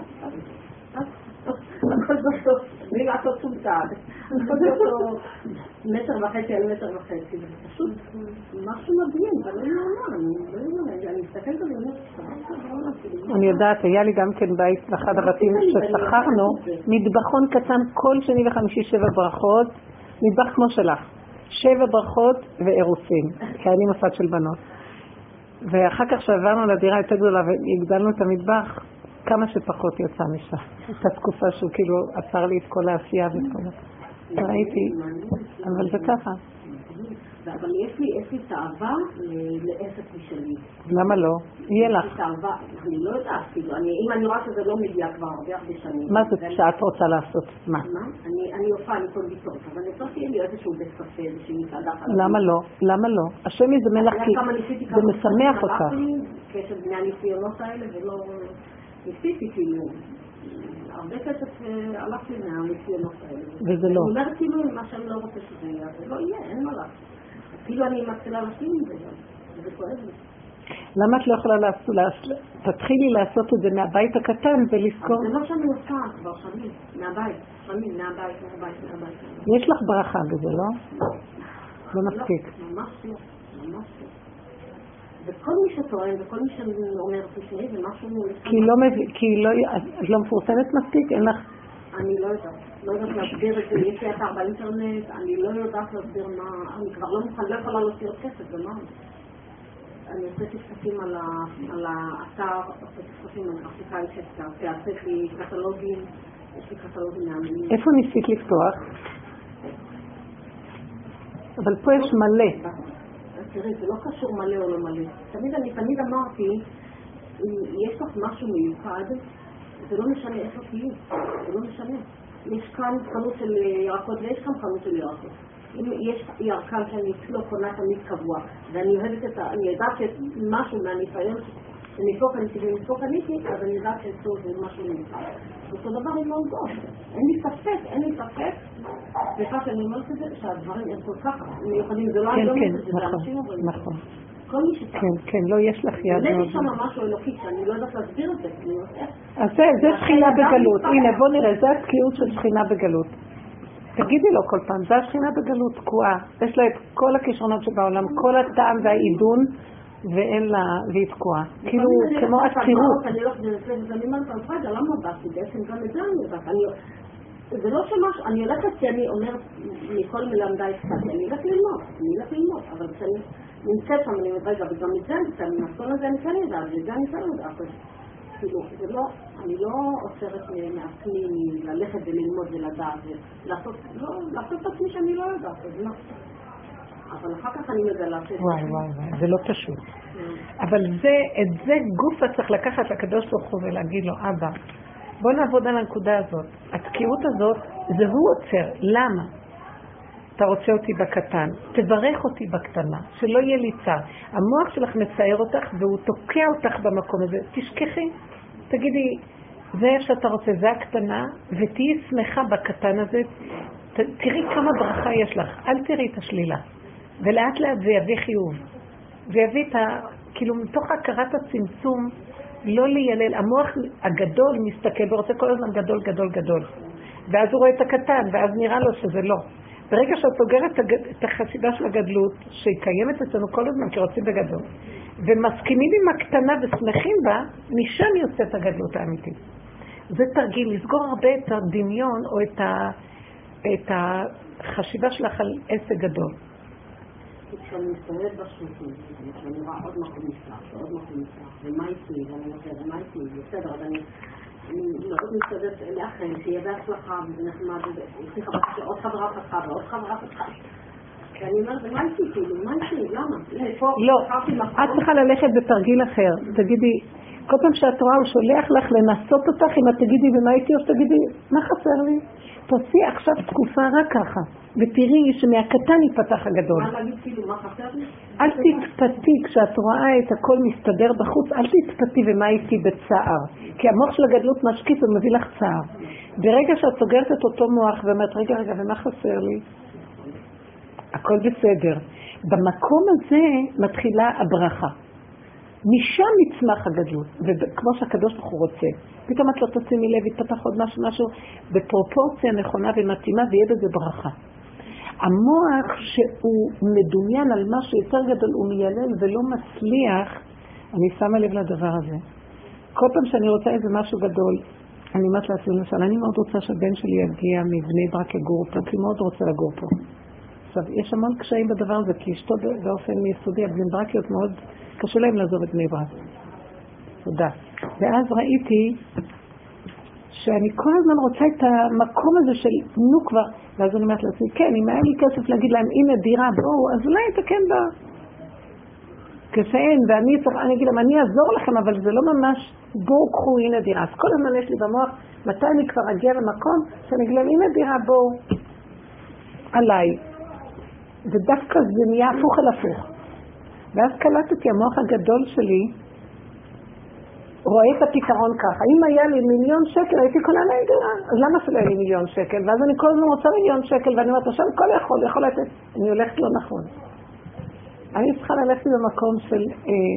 הכל בסוף, בלי לעשות שום צעד. הכל בסוף מטר וחצי על מטר וחצי. זה פשוט משהו מדהים, זה לא יאומן. אני מסתכלת על זה, אני יודעת, היה לי גם כן בית באחד הבתים ששכרנו, מטבחון קטן כל שני וחמישי שבע ברכות, מטבח כמו שלך. שבע ברכות ואירוסים, כי אני מוסד של בנות. ואחר כך שעברנו לדירה יותר גדולה והגדלנו את המטבח, כמה שפחות יצא משם. את התקופה שהוא כאילו עצר לי את כל העשייה ואת כל זה. ראיתי, אבל זה ככה. אבל יש לי, יש לי תאווה לעסק משלי. למה לא? יהיה לך. יש לי תאווה, אני לא יודעת, כאילו, אם אני רואה שזה לא מגיע כבר הרבה הרבה שנים. מה זה שאת רוצה לעשות? מה? מה? אני הופעה, אני כל ביטות, אבל אני צריכה לי איזשהו בית קפה, איזושהי מסעדה חלקית. למה לא? למה לא? השם יזמן לך כי זה משמח אותך. כסף בני הניסיונות האלה, ולא ניסיתי כאילו. הרבה כסף הלכתי מהניסיונות האלה. וזה לא. אני אומרת כאילו מה שאני לא רוצה שזה יהיה, זה לא יהיה, אין מה לעשות. כאילו אני מתחילה לשים את זה, וזה כואב לי. למה את לא יכולה לעשות? תתחילי לעשות את זה מהבית הקטן ולזכור. זה לא שאני עושה כבר שנים, מהבית, שנים, מהבית, מהבית, מהבית. יש לך ברכה בזה, לא? לא מספיק. ממש לא, ממש לא. וכל מי שטוען וכל מי שאומר תשמעי זה משהו... כי את לא מפורסמת מספיק, אין לך... אני לא יודעת, לא יודעת להסביר את זה, יש לי אתר באינטרנט, אני לא יודעת להסביר מה, אני כבר לא מוכן, לא יכולה להוציא עוד כסף, זה מה? אני עושה תפסים על האתר, עושה תפסים על גרפיקאי שצריך, תעשית לי קטלוגים, יש לי קטלוגים מאמינים. איפה ניסית לפתוח? אבל פה יש מלא. תראי, זה לא קשור מלא או לא מלא. תמיד אני תמיד אמרתי, יש לך משהו מיוחד, זה לא משנה איפה תהיו, זה לא משנה. יש כאן חנות של ירקות ויש כאן חנות של ירקות. אם יש ירקן שאני אצלו קונה תמיד קבוע, ואני אוהבת את ה... אני יודעת שמשהו מהניסיון שמפה קניתי ומפה קניתי, אז אני יודעת שאצלו זה משהו מיוחד. אותו דבר עם מעוגות. אין לי ספק, אין לי ספק. סליחה שאני אומרת את זה, שהדברים הם כל כך מיוחדים, זה לא אני לא אומרת את זה, זה אנשים עוברים. נכון. כל מי שצריך. כן, כן, לא, יש לך יד. ולא יש שם משהו אלוקי, שאני לא יודעת להסביר את זה, אני יודעת איך. אז זה שכינה בגלות. הנה, בוא נראה, זה התקיעות של שכינה בגלות. תגידי לו כל פעם, זה השכינה בגלות תקועה. יש לה את כל הכישרונות שבעולם, כל הטעם והעידון, ואין לה, והיא תקועה. כאילו, כמו עצירות. אני לא יודעת, ואני אומרת, רגע, למה באתי? בעצם גם את זה אני יודעת. זה לא שמשהו, אני הולכת כי אני אומרת מכל מלמדי קצת, אני הולכת ללמוד, אני הולכת ללמוד, אבל כשאני נמצאת שם, אני אומרת, רגע, וגם את זה אני קצת, מהכל הזה אני כן יודעת, וזה אני כן יודעת. כאילו, זה לא, אני לא עוצרת מעצמי ללכת וללמוד ולדעת, ולעשות, לא, לעשות את עצמי שאני לא יודעת, אז לא. אבל אחר כך אני מגלה שזה... וואי, וואי, וואי, זה לא פשוט. אבל זה, את זה גופה צריך לקחת לקדוש ברוך הוא ולהגיד לו, אבא, בוא נעבוד על הנקודה הזאת. התקיעות הזאת, זה הוא עוצר. למה? אתה רוצה אותי בקטן. תברך אותי בקטנה, שלא יהיה לי צער. המוח שלך מצייר אותך והוא תוקע אותך במקום הזה. תשכחי. תגידי, זה שאתה רוצה, זה הקטנה, ותהי שמחה בקטן הזה. ת, תראי כמה ברכה יש לך. אל תראי את השלילה. ולאט לאט זה יביא חיוב. זה יביא את ה... כאילו, מתוך הכרת הצמצום, לא לילל, המוח הגדול מסתכל ורוצה כל הזמן גדול, גדול, גדול. ואז הוא רואה את הקטן, ואז נראה לו שזה לא. ברגע שאת סוגרת את החסידה של הגדלות, שהיא קיימת אצלנו כל הזמן, כי רוצים בגדול, ומסכימים עם הקטנה ושמחים בה, משם יוצאת הגדלות האמיתית. זה תרגיל, לסגור הרבה את הדמיון או את, ה, את החשיבה שלך על עסק גדול. כשאני מסתובבת בשלושים, כשאני רואה עוד מקום נפלא, ועוד מקום נפלא, ומה איתי, ואני אומרת, ומה איתי, בסדר, אז אני מאוד מסתובבת לאחרים, שיהיה בהצלחה, וזה נחמד, ויש לי עוד חברה פתחה, ועוד חברה פתחה. ואני אומרת, ומה איתי, כאילו, מה איתי, למה? לא, את צריכה ללכת בתרגיל אחר, תגידי, כל פעם שאת רואה הוא שולח לך לנסות אותך, אם את תגידי ומה איתי, אז תגידי, מה חסר לי? תעשי עכשיו תקופה רק ככה, ותראי שמהקטן ייפתח הגדול. מה להגיד כאילו, מה חסר לי? אל תתפתי, כשאת רואה את הכל מסתדר בחוץ, אל תתפתי ומה איתי בצער. כי המוח של הגדלות משקיף ומביא לך צער. ברגע שאת סוגרת את אותו מוח ואומרת, רגע, רגע, ומה חסר לי? הכל בסדר. במקום הזה מתחילה הברכה. משם יצמח הגדלות, וכמו שהקדוש ברוך הוא רוצה. פתאום את לא תשימי לב, יתפתח עוד משהו, משהו בפרופורציה נכונה ומתאימה, ויהיה בזה ברכה. המוח שהוא מדומיין על משהו יותר גדול, הוא מיילל ולא מצליח, אני שמה לב לדבר הזה. כל פעם שאני רוצה איזה משהו גדול, אני אומרת לעצמי, למשל, אני מאוד רוצה שהבן שלי יגיע מבני ברק לגור פה, כי מאוד רוצה לגור פה. עכשיו, יש המון קשיים בדבר הזה, כי אשתו באופן מיסודי, הבני ברקיות מאוד קשה להם לעזוב את בני ברק. תודה. ואז ראיתי שאני כל הזמן רוצה את המקום הזה של נו כבר, ואז אני אומרת לעצמי, כן, אם היה לי כסף להגיד להם, הנה דירה, בואו, אז אולי יתקן בה. כשאין, ואני צריך, אני אגיד להם, אני אעזור לכם, אבל זה לא ממש, בואו קחו, הנה דירה. אז כל הזמן יש לי במוח, מתי אני כבר אגיע למקום, שאני אגיד להם, הנה דירה, בואו, עליי. ודווקא זה נהיה הפוך על הפוך. ואז קלטתי, המוח הגדול שלי רואה את הפתרון ככה. אם היה לי מיליון שקל, הייתי קונה להם דירה. אז למה שלא היה לי מיליון שקל? ואז אני כל הזמן רוצה מיליון שקל, ואני אומרת, עכשיו כל יכול, יכול לתת. אני הולכת לא נכון. אני צריכה ללכת במקום של, אה,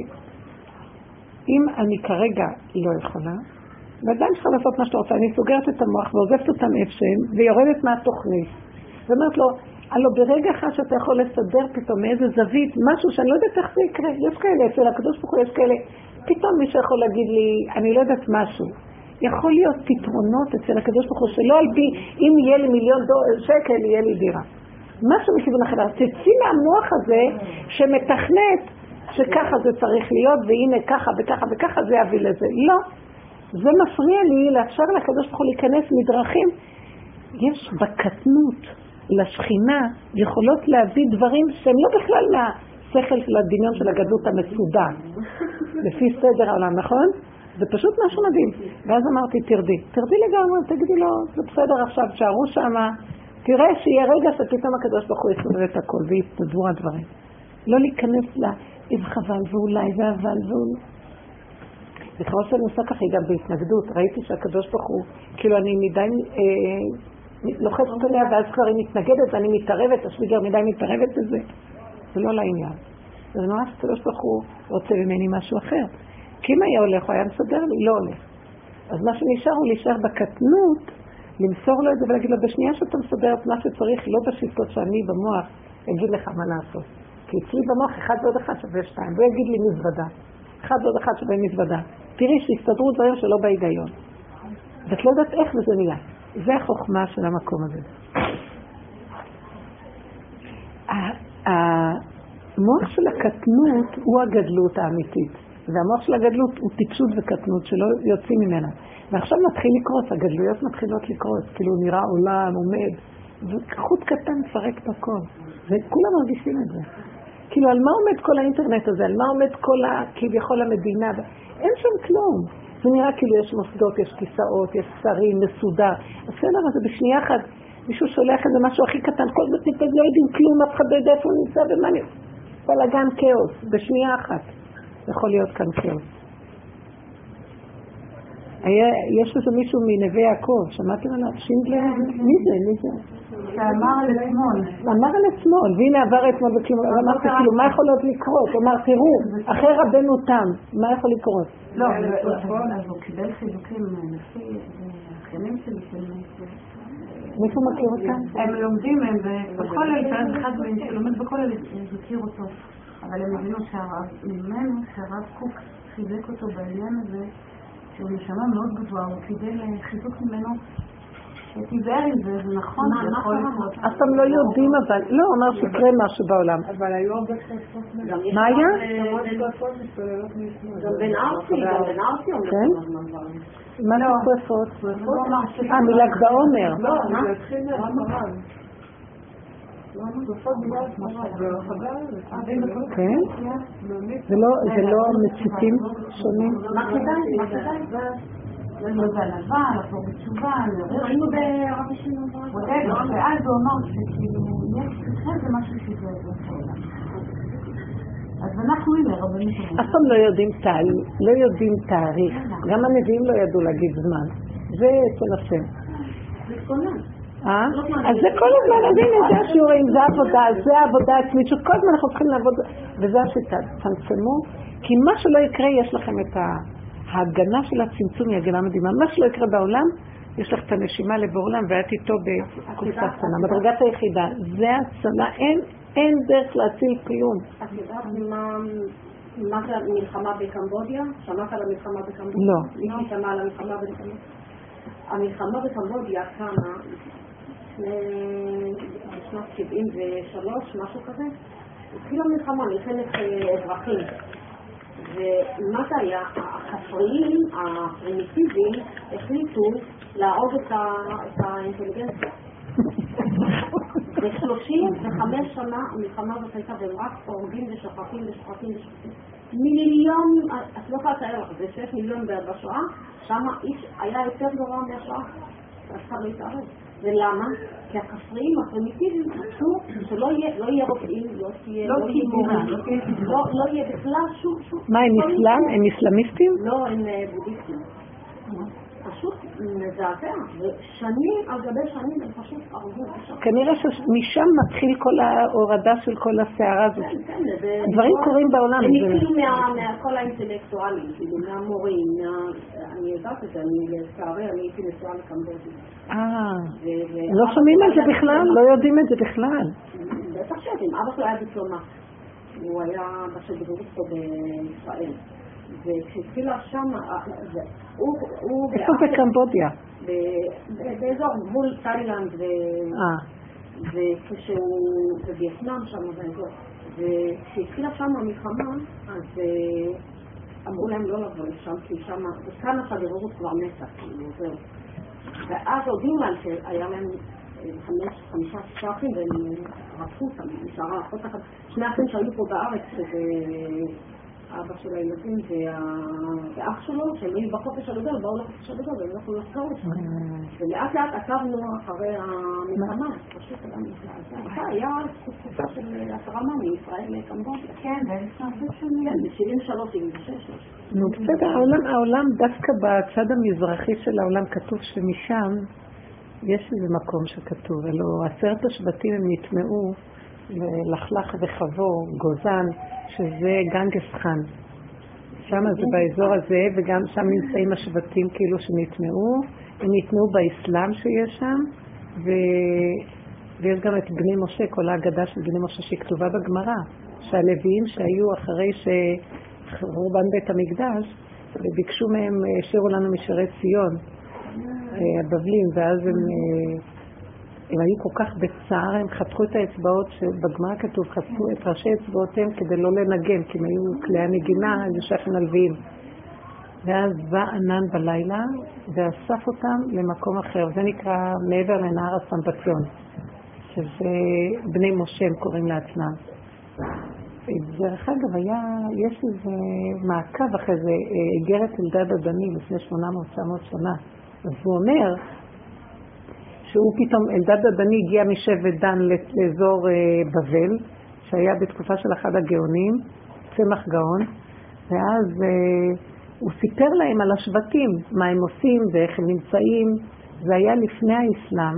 אם אני כרגע לא יכולה, ועדיין צריכה לעשות מה שאתה רוצה, אני סוגרת את המוח ועוזבת אותם איפה שהם, ויורדת מהתוכנית. ואומרת לו, הלוא ברגע אחד שאתה יכול לסדר פתאום מאיזה זווית, משהו שאני לא יודעת איך זה יקרה. יש כאלה, אצל הקדוש ברוך הוא יש כאלה, פתאום מישהו יכול להגיד לי, אני לא יודעת משהו. יכול להיות פתרונות אצל הקדוש ברוך הוא, שלא על פי, אם יהיה לי מיליון שקל, יהיה לי דירה. משהו מכיוון אחר. תצאי מהמוח הזה שמתכנת שככה זה צריך להיות, והנה ככה וככה וככה זה יביא לזה. לא. זה מפריע לי לאפשר לקדוש ברוך הוא להיכנס מדרכים. יש בקטנות לשכינה יכולות להביא דברים שהם לא בכלל מהשכל של הדמיון של הגדלות המסודר. לפי סדר העולם, נכון? זה פשוט משהו מדהים. ואז אמרתי, תרדי. תרדי לגמרי, תגידי לו, זה בסדר עכשיו, שערו שמה. תראה שיהיה רגע שפתאום הקדוש ברוך הוא יסדר את הכל ויסתדרו הדברים. לא להיכנס להבחבל ואולי ואבל ואולי. וכמו שאני עושה ככה היא גם בהתנגדות. ראיתי שהקדוש ברוך הוא, כאילו אני מדי אה, לוחצת עליה ואז כבר היא מתנגדת ואני מתערבת, השוויגר מדי מתערבת בזה. זה לא לעניין. זה נורא שהקדוש ברוך הוא רוצה ממני משהו אחר. כי אם היה הולך, הוא היה מסדר לי, לא הולך. אז מה שנשאר הוא להישאר בקטנות, למסור לו את זה ולהגיד לו, בשנייה שאתה מסדר את מה שצריך, לא בשיטות שאני במוח, אגיד לך מה לעשות. כי אצלי במוח אחד ועוד אחד שווה שתיים, והוא יגיד לי מזוודה. אחד ועוד אחד שווה מזוודה. תראי שהסתדרו דברים שלא בהיגיון. ואת לא יודעת איך וזה נהיה. זה החוכמה של המקום הזה. המוח של הקטנות הוא הגדלות האמיתית. והמוח של הגדלות הוא טיפשות וקטנות שלא יוצאים ממנה. ועכשיו מתחיל לקרוס, הגדלויות מתחילות לקרוס, כאילו נראה עולם, עומד, וחוט קטן מפרק את הכל. וכולם מרגישים את זה. כאילו על מה עומד כל האינטרנט הזה, על מה עומד כל כביכול המדינה, אין שם כלום. זה נראה כאילו יש מוסדות, יש כיסאות, יש שרים, מסודר. הסדר הזה בשנייה אחת, מישהו שולח איזה משהו הכי קטן, כל זאת ניתן, לא יודעים כלום, אף אחד לא יודע איפה הוא נמצא ומה נמצא. בלגן כאוס, בשנייה אחת. יכול להיות כאן כאוס. יש איזה מישהו מנווה יעקב, שמעתם עליו? שינדלר? מי זה? מי זה? שאמר על אתמול. אמר על אתמול, והנה עבר אתמול, ואמרתי כאילו, מה יכול להיות לקרות? הוא אמר, תראו, אחרי רבנו תם, מה יכול לקרות? לא, אז הוא קיבל חיזוקים לפי האחיינים שלי של מאיפה מכיר אותם? הם לומדים, הם בכולל, שאז אחד מהם שלומד בכולל, הכיר אותו. אבל הם הבינו שהרב, ממנו, שהרב קוק חיזק אותו בעניין הזה, שהוא נשמה מאוד גבוה, הוא קיבל חיזוק ממנו שתיזהר עם זה, זה נכון, זה יכול להיות. אף פעם לא יודעים, אבל לא, אומר שיקרה משהו בעולם. אבל היו הרבה שרפות. מה היה? גם בן ארצי, גם בן ארצי אומר כן? מה זה שרפות? אה, מל"ג בעומר. לא, זה התחיל מהרמב"ם. כן? זה לא מציתים שונים? מה כדאי? מה כדאי? זה לבן, לחזור בתשובה, היינו ברבי שמעון בר. ואז הוא אמר שכאילו, יש זה משהו שזה בעולם. אז אנחנו הנה רבנים. אף פעם לא יודעים תאריך, לא יודעים תאריך. גם הנביאים לא ידעו להגיד זמן. זה אצל השם. להתכונן. אה? אז זה כל הזמן, הנה, זה השיעורים, זה העבודה, זה העבודה עצמית, שכל הזמן אנחנו צריכים לעבוד, וזה השיטה, תצמצמו, כי מה שלא יקרה, יש לכם את ההגנה של הצמצום, היא הגנה מדהימה, מה שלא יקרה בעולם, יש לך את הנשימה לבעולם, ואת איתו בקופסת צנה, מדרגת היחידה, זה הצלה, אין דרך להציל כלום. את יודעת מה זה המלחמה בקמבודיה? שמעת על המלחמה בקמבודיה? לא. מי שמע על המלחמה בקמבודיה? המלחמה בקמבודיה קמה בשנת שבעים ושלוש, משהו כזה. התחילה מלחמה, מלחמת אזרחים. ומה זה היה? הכפריים, הפרימיטיביים, החליטו להרוג את האינטליגנציה. ב-שלושים וחמש שנה המלחמה הזאת הייתה, והם רק הורגים ושוחטים ושוחטים ושוחטים. מיליון, את לא יכולה לתאר לך, זה שש מיליון בשואה, שם איש היה יותר גרוע מהשואה. אז אחד לא התערב. ולמה? כי הכפריים הפרימיטיביים רצו שלא יהיה רופאים, לא תהיה גיבורים, לא יהיה בכלל שום שום. מה, הם אסלאם? הם אסלאמיסטים? לא, הם בודהיסטים. פשוט מזעזע, ושנים על גבי שנים הם פשוט הרגו. כנראה שמשם מתחיל כל ההורדה של כל הסערה הזאת. דברים קורים בעולם. הם התחילו מכל האינטלקטואלים, כאילו מהמורים, אני יודעת את זה, אני לצערי, אני הייתי נשואה לקמבודיה. אה, לא שומעים את זה בכלל? לא יודעים את זה בכלל. בטח שיודעים, אבא שלו היה דיפלומט. הוא היה בשגרירות פה בישראל. וכשהתחילה שם, הוא... איפה בקמבודיה? באזור גבול תאילנד וכשהוא בווייטנאם שם באזור. וכשהתחילה שם המלחמה, אז אמרו להם לא לבוא לשם, כי שם, וכאן השגרירות כבר מתה, כאילו זהו. ואז הודיעו להם שהיה להם חמישה שחים והם רצו אותם, נשארה אחות אחת. שני אחים שהיו פה בארץ, שזה... אבא של הילדים ואח שלו, שהם היו בחופש הגדול, באו לחופש הגדול, והם לא יכולו לחזור לשם. ולאט לאט עקבנו אחרי המלחמה, פשוט היה תקופה של התרמה מישראל לקמבודיה. כן, ב-שבעים ושלוש שבעים ושש. נו, בסדר, העולם דווקא בצד המזרחי של העולם כתוב שמשם יש איזה מקום שכתוב, אלו עשרת השבטים הם נטמעו לחלך וחבור, גוזן, שזה גנגס חן. שם זה באזור הזה, וגם שם נמצאים השבטים כאילו שנטמעו. הם נטמעו באסלאם שיש שם, ו... ויש גם את בני משה, כל ההגדה של בני משה שהיא כתובה בגמרא, שהלוויים שהיו אחרי שחורבן בית המקדש, וביקשו מהם, השאירו לנו משרת ציון, הבבלים, ואז הם... הם היו כל כך בצער, הם חתכו את האצבעות, שבגמרא כתוב, חתכו את ראשי אצבעותיהם כדי לא לנגן, כי הם היו כלי הנגינה, היו שייכים ללוויים. ואז בא ענן בלילה, ואסף אותם למקום אחר. זה נקרא מעבר לנהר הסמבטיון, שזה בני משה, הם קוראים לעצמם. דרך אגב, היה, יש איזה מעקב אחרי זה, איגרת אלדד הדני לפני שמונה מאות תשע מאות שנה. אז הוא אומר, שהוא פתאום, אלדד הדני הגיע משבט דן לאזור בבל, שהיה בתקופה של אחד הגאונים, צמח גאון, ואז הוא סיפר להם על השבטים, מה הם עושים ואיך הם נמצאים. זה היה לפני האסלאם,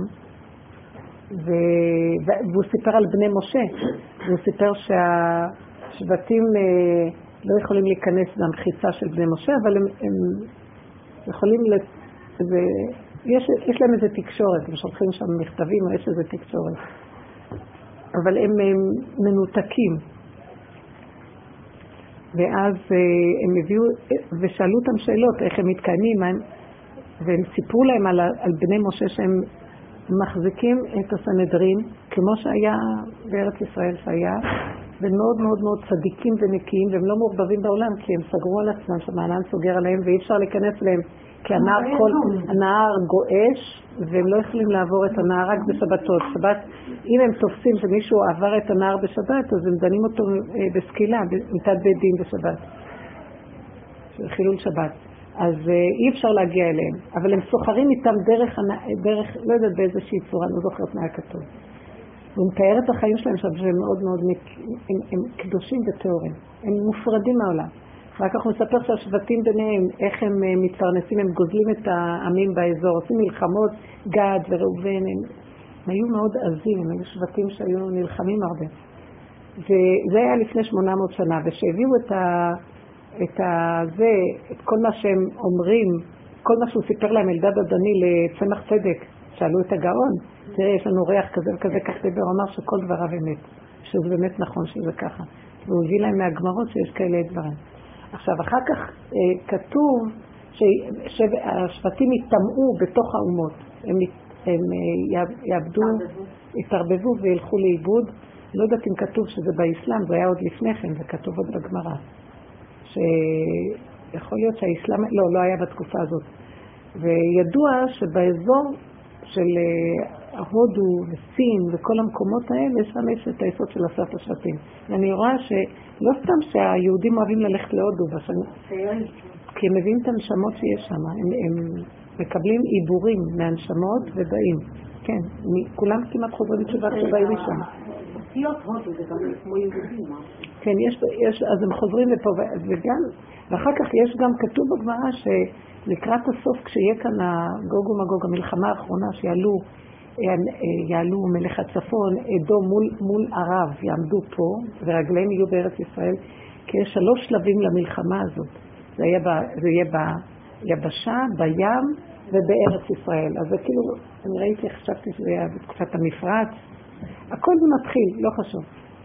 והוא סיפר על בני משה, והוא סיפר שהשבטים לא יכולים להיכנס למחיצה של בני משה, אבל הם, הם יכולים, זה, יש, יש להם איזה תקשורת, הם שולחים שם מכתבים או יש איזה תקשורת, אבל הם, הם מנותקים. ואז הם הביאו, ושאלו אותם שאלות, איך הם מתקיימים, והם סיפרו להם על, על בני משה שהם מחזיקים את הסנהדרין, כמו שהיה בארץ ישראל שהיה, והם מאוד מאוד מאוד צדיקים ונקיים, והם לא מעורבבים בעולם, כי הם סגרו על עצמם, שהמענן סוגר עליהם, ואי אפשר להיכנס להם, כי הנהר, כל, הנהר גואש, והם לא יכולים לעבור את הנהר רק בשבתות. שבת, אם הם תופסים שמישהו עבר את הנהר בשבת, אז הם דנים אותו בסקילה, מיטת בית דין בשבת, חילול שבת. אז אי אפשר להגיע אליהם, אבל הם סוחרים איתם דרך, דרך לא יודעת באיזושהי צורה, לא זוכרת מה הכתוב. הוא מתאר את החיים שלהם שם, שהם מאוד מאוד, הם, הם קדושים וטהורים, הם מופרדים מהעולם. רק כך הוא מספר שהשבטים ביניהם, איך הם מתפרנסים, הם גוזלים את העמים באזור, עושים מלחמות, גד וראובן, הם, הם היו מאוד עזים, הם היו שבטים שהיו נלחמים הרבה. וזה היה לפני שמונה מאות שנה, ושהביאו את ה... את הזה, את כל מה שהם אומרים, כל מה שהוא סיפר להם אלדד הדני לצמח צדק, שאלו את הגאון, תראה, יש לנו ריח כזה וכזה, כך דבר, הוא אמר שכל דבריו אמת, שזה באמת נכון שזה ככה. והוא הביא להם מהגמרות שיש כאלה דברים. עכשיו, אחר כך אה, כתוב שהשבטים יטמעו בתוך האומות, הם, הם אה, יעבדו, יתערבבו וילכו לאיבוד. לא יודעת אם כתוב שזה באסלאם, זה היה עוד לפני כן, זה כתוב עוד בגמרא. שיכול להיות שהאסלאם, לא, לא היה בתקופה הזאת. וידוע שבאזור של הודו וסין וכל המקומות האלה, שם יש את היסוד של עשרת השבטים. ואני רואה שלא סתם שהיהודים אוהבים ללכת להודו, כי הם מביאים את הנשמות שיש שם. הם, הם מקבלים עיבורים מהנשמות ובאים. כן, כולם כמעט חוזרים לתשובה שבאים משם. אותיות הודו זה גם כמו יהודים. כן, יש, יש, אז הם חוזרים לפה, וגם, ואחר כך יש גם כתוב בגמרא שלקראת הסוף, כשיהיה כאן הגוג ומגוג, המלחמה האחרונה שיעלו, יעלו מלך הצפון, אדום מול, מול ערב, יעמדו פה, ורגליהם יהיו בארץ ישראל, כי יש שלוש שלבים למלחמה הזאת. זה יהיה, ב, זה יהיה ביבשה, בים ובארץ ישראל. אז זה כאילו, אני ראיתי, חשבתי שזה היה בתקופת המפרץ, הכל זה מתחיל, לא חשוב.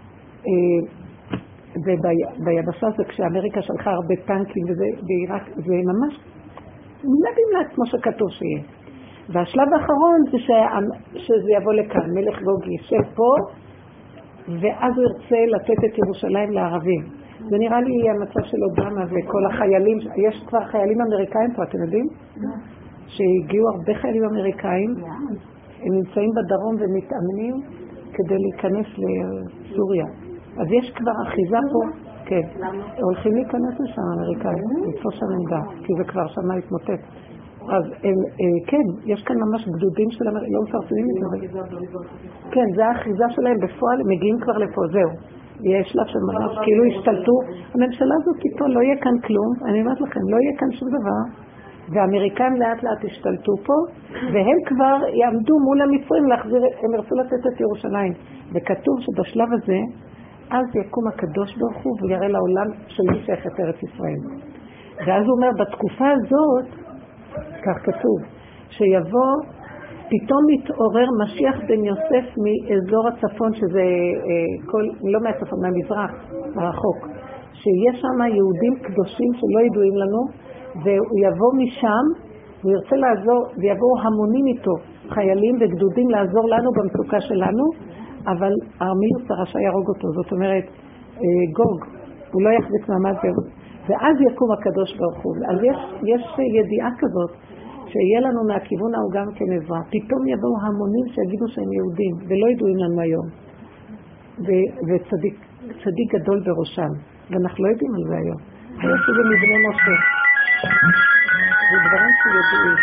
וביבשה זה כשאמריקה שלחה הרבה טנקים וזה בעיראק, זה ממש נמלט כמו שכתוב שיהיה. והשלב האחרון זה שזה יבוא לכאן, מלך גוג יישב פה, ואז הוא ירצה לתת את ירושלים לערבים. זה נראה לי המצב של אובמה וכל החיילים, יש כבר חיילים אמריקאים פה, אתם יודעים? שהגיעו הרבה חיילים אמריקאים, הם נמצאים בדרום ומתאמנים כדי להיכנס לסוריה. אז יש כבר אחיזה פה, כן, הולכים להיכנס לשם אמריקאים, לתפוס שם עמדה, כי זה כבר שם התמוטט. אז הם, כן, יש כאן ממש גדודים של אמריקאים, לא מפרסמים את זה. כן, זה האחיזה שלהם בפועל, הם מגיעים כבר לפה, זהו. יש שלב שממש כאילו השתלטו, הממשלה הזאת איתו לא יהיה כאן כלום, אני אומרת לכם, לא יהיה כאן שום דבר, והאמריקאים לאט לאט השתלטו פה, והם כבר יעמדו מול המצרים להחזיר, הם ירצו לתת את ירושלים. וכתוב שבשלב הזה, אז יקום הקדוש ברוך הוא ויראה לעולם של מי שייך את ארץ ישראל. ואז הוא אומר, בתקופה הזאת, כך כתוב, שיבוא, פתאום מתעורר משיח בן יוסף מאזור הצפון, שזה אה, כל, לא מהצפון, מהמזרח, הרחוק, שיש שם יהודים קדושים שלא ידועים לנו, והוא יבוא משם, הוא ירצה לעזור, ויבואו המונים איתו, חיילים וגדודים לעזור לנו במצוקה שלנו, אבל ארמיוס הרשע ירוג אותו, זאת אומרת, גוג, הוא לא יחזיק מעמד זהו. ואז יקום הקדוש ברוך הוא. אז יש, יש ידיעה כזאת, שיהיה לנו מהכיוון ההוא גם כן עזרה. פתאום יבואו המונים שיגידו שהם יהודים, ולא ידועים לנו היום. וצדיק צדיק גדול בראשם, ואנחנו לא יודעים על זה היום. יש שזה מבני משה. זה דברים שיודעים.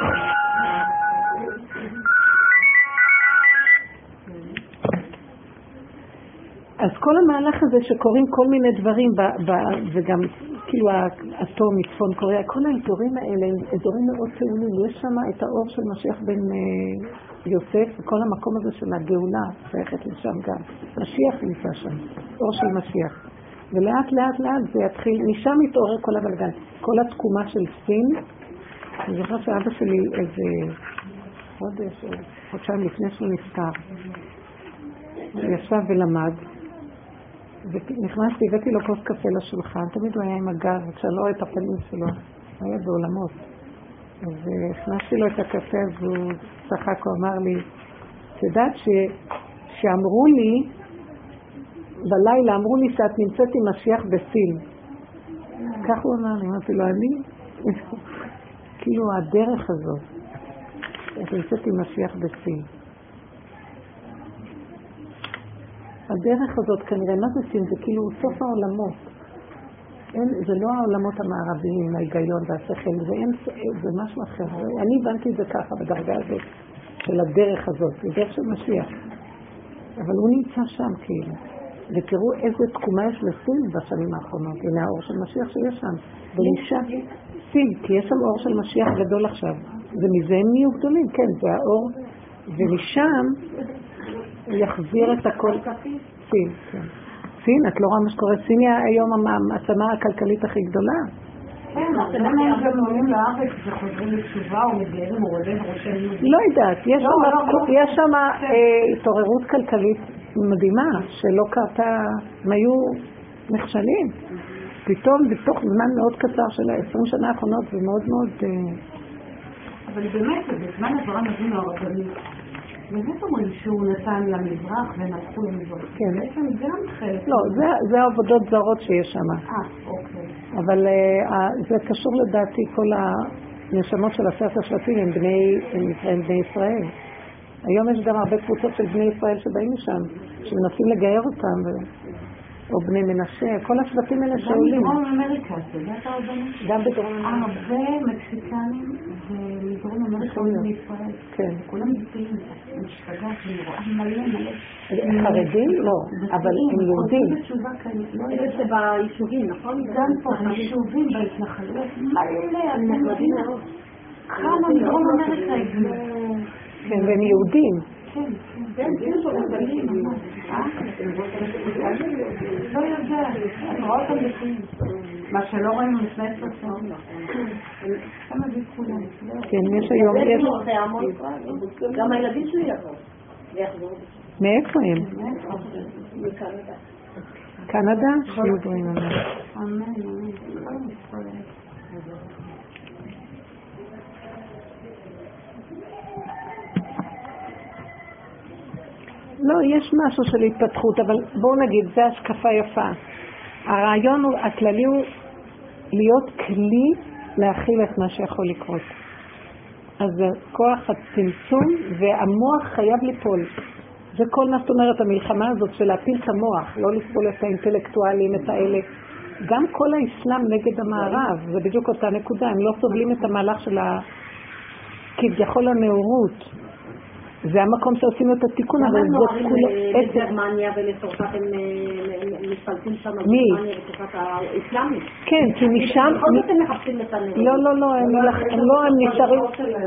אז כל המהלך הזה שקוראים כל מיני דברים, ב, ב, וגם כאילו האטום מצפון קוריאה, כל האזורים האלה הם אזורים מאוד טעונים. יש שם את האור של משיח בן יוסף, וכל המקום הזה של הגאולה שייכת לשם גם. משיח נמצא שם, אור של משיח. ולאט לאט לאט זה יתחיל, משם יתעורר כל הבלגן. כל התקומה של סין, אני זוכרת שאבא שלי איזה חודש, חודשיים לפני שהוא נפטר, הוא ישב ולמד, ונכנסתי, הבאתי לו כוס קפה לשולחן, תמיד הוא היה עם הגב, כשאני לא רואה את הפנים שלו, הוא היה בעולמות. והכנסתי לו את הקפה והוא צחק, הוא אמר לי, תדעת ש... שאמרו לי, בלילה אמרו לי שאת נמצאת עם משיח בסין. כך הוא אמר לי, אמרתי לו, אני? כאילו הדרך הזאת, את נמצאת עם משיח בסין. הדרך הזאת כנראה, מה זה סין? זה כאילו סוף העולמות. אין, זה לא העולמות המערביים, ההיגיון והשכל, זה, אין, זה משהו אחר. אני הבנתי את זה ככה בדרגה הזאת, של הדרך הזאת, זה דרך של משיח. אבל הוא נמצא שם כאילו. ותראו איזה תקומה יש לסין בשנים האחרונות. הנה האור של משיח שיש שם. ולשם, סין, כי יש שם אור של משיח גדול עכשיו. ומזה הם נהיו גדולים, כן, זה האור. ומשם הוא יחזיר את הכל. סין, כן. סין, את לא רואה מה שקורה. סין היא היום המעצמה הכלכלית הכי גדולה. כן, אבל למה הם גם עולים לארץ וחוזרים לתשובה או מגיעים מורדים ורושם יהודים? לא יודעת, יש שם התעוררות כלכלית מדהימה שלא קרתה, הם היו נכשלים. פתאום בתוך זמן מאוד קצר של ה-עשרים שנה האחרונות זה מאוד מאוד... אבל באמת, בזמן אברהם אבינו הרבנית, באמת אומרים שהוא נתן למזרח והם הלכו למזרח. כן. בעצם זה גם חלק. לא, זה העבודות זרות שיש שם. אה, אוקיי. אבל זה קשור לדעתי כל הנשמות של עשרת השבטים הם בני ישראל. היום יש גם הרבה קבוצות של בני ישראל שבאים משם, שמנסים לגייר אותם, או בני מנשה, כל השבטים האלה שעולים. גם בדרום אמריקה, זה יודעת הרבנית? גם בדרום אמריקה. הרבה מקסיקנים ומדרום אמריקה עולים לישראל. כן. כולם נמצאים משפגת, אני רואה מלא מלא. חרדים? לא, אבל הם יהודים. אלה שביישובים, נכון? גם פה, ביישובים, בהתנחלויות, מלא, כמה מדרום אמריקה הגיעו. כן, והם יהודים. כן, כן, כן, לא יודע, אני רואה אותם לפני. מה שלא ראינו לפני עשר שנים. כמה כולם. כן, יש היום, יש... גם הילדים שלי יבואו. מאיפה הם? מקנדה. קנדה? שיהיו בריאים. אמן, אמן. לא, יש משהו של התפתחות, אבל בואו נגיד, זה השקפה יפה. הרעיון הוא, הכללי הוא להיות כלי להכיל את מה שיכול לקרות. אז זה כוח הצמצום והמוח חייב ליפול. זה כל מה זאת אומרת, המלחמה הזאת של להפיל את המוח, לא לסבול את האינטלקטואלים, את האלה. גם כל האסלאם נגד המערב, זה בדיוק אותה נקודה, הם לא סובלים את המהלך של כביכול הנאורות. זה המקום שעושים את התיקון, אבל זה כולו... לגרמניה ולצרפת הם מתפלטים שם לגרמניה וצרפת האסלאמית. כן, כי משם... בכל זאת הם מחפשים את הנאורות. לא, לא, לא, הם לא, הם נשארים...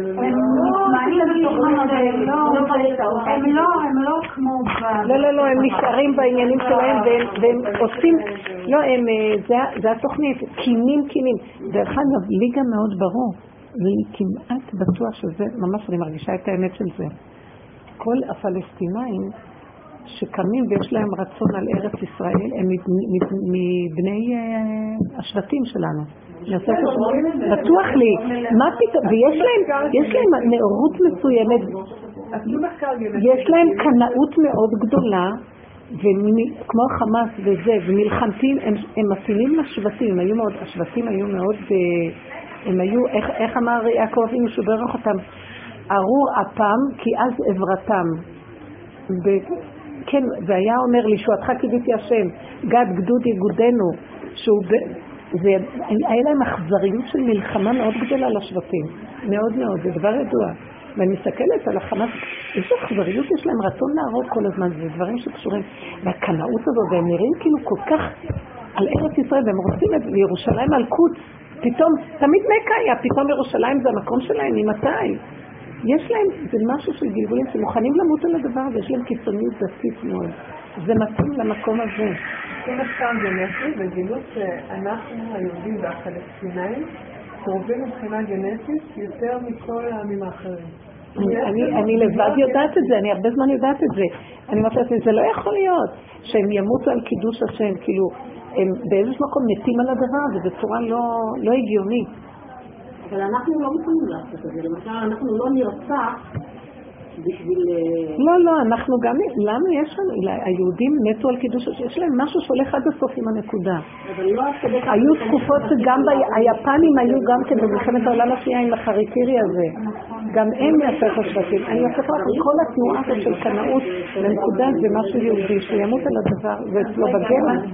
הם לא, הם לא כמו... לא, לא, לא, הם נשארים בעניינים שלהם והם עושים... לא, הם... זה התוכנית, קינים, קינים. דרך אגב, לי גם מאוד ברור. אני כמעט בטוח שזה, ממש אני מרגישה את האמת של זה. כל הפלסטינאים שקמים ויש להם רצון על ארץ ישראל, הם מבני השבטים שלנו. בטוח לי, מה פתאום, ויש להם, יש להם נאורות מסוימת, יש להם קנאות מאוד גדולה, וכמו חמאס וזה, ומלחמתים, הם מפעילים לשבטים, היו מאוד, השבטים היו מאוד... הם היו, איך, איך אמר יעקב אבינו שהוא ברך אותם? ארור אפם כי אז עברתם. ב- כן, והיה אומר לישועתך קיוויתי השם, גד גדוד יגודנו, שהוא ב... זה, היה להם אכזריות של מלחמה מאוד גדולה לשבטים, מאוד מאוד, זה דבר ידוע. ואני מסתכלת על החמאס, איזו אכזריות יש להם רצון להרוג כל הזמן, זה דברים שקשורים, והקנאות הזאת, והם נראים כאילו כל כך על ארץ ישראל, והם רוצים את ירושלים על קוץ, פתאום, תמיד מכה היה, פתאום ירושלים זה המקום שלהם, ממתי? יש להם, זה משהו של גלגולים שמוכנים למות על הדבר הזה, יש להם קיצוניות דתית מאוד. זה מתאים למקום הזה. זה מחקר גנטי, וגילו שאנחנו היהודים והפלסטינאים קרובים מבחינה גנטית יותר מכל העמים האחרים. אני לבד יודעת את זה, אני הרבה זמן יודעת את זה. אני אומרת לעצמי, זה לא יכול להיות שהם ימותו על קידוש השם, כאילו, הם באיזשהו מקום מתים על הדבר הזה בצורה לא הגיונית. אבל אנחנו לא מוכנים לעשות את זה, למשל אנחנו לא נרצח בשביל... לא, לא, אנחנו גם... למה יש לנו? היהודים מתו על קידוש, יש להם משהו שהולך עד הסוף עם הנקודה. היו תקופות שגם היפנים היו גם כן במלחמת העולם השנייה עם החריקירי הזה. גם הם מהספר השבטים. אני הופך לך כל התנועה הזאת של קנאות לנקודה זה משהו יהודי שימות על הדבר ואצלו בגרם.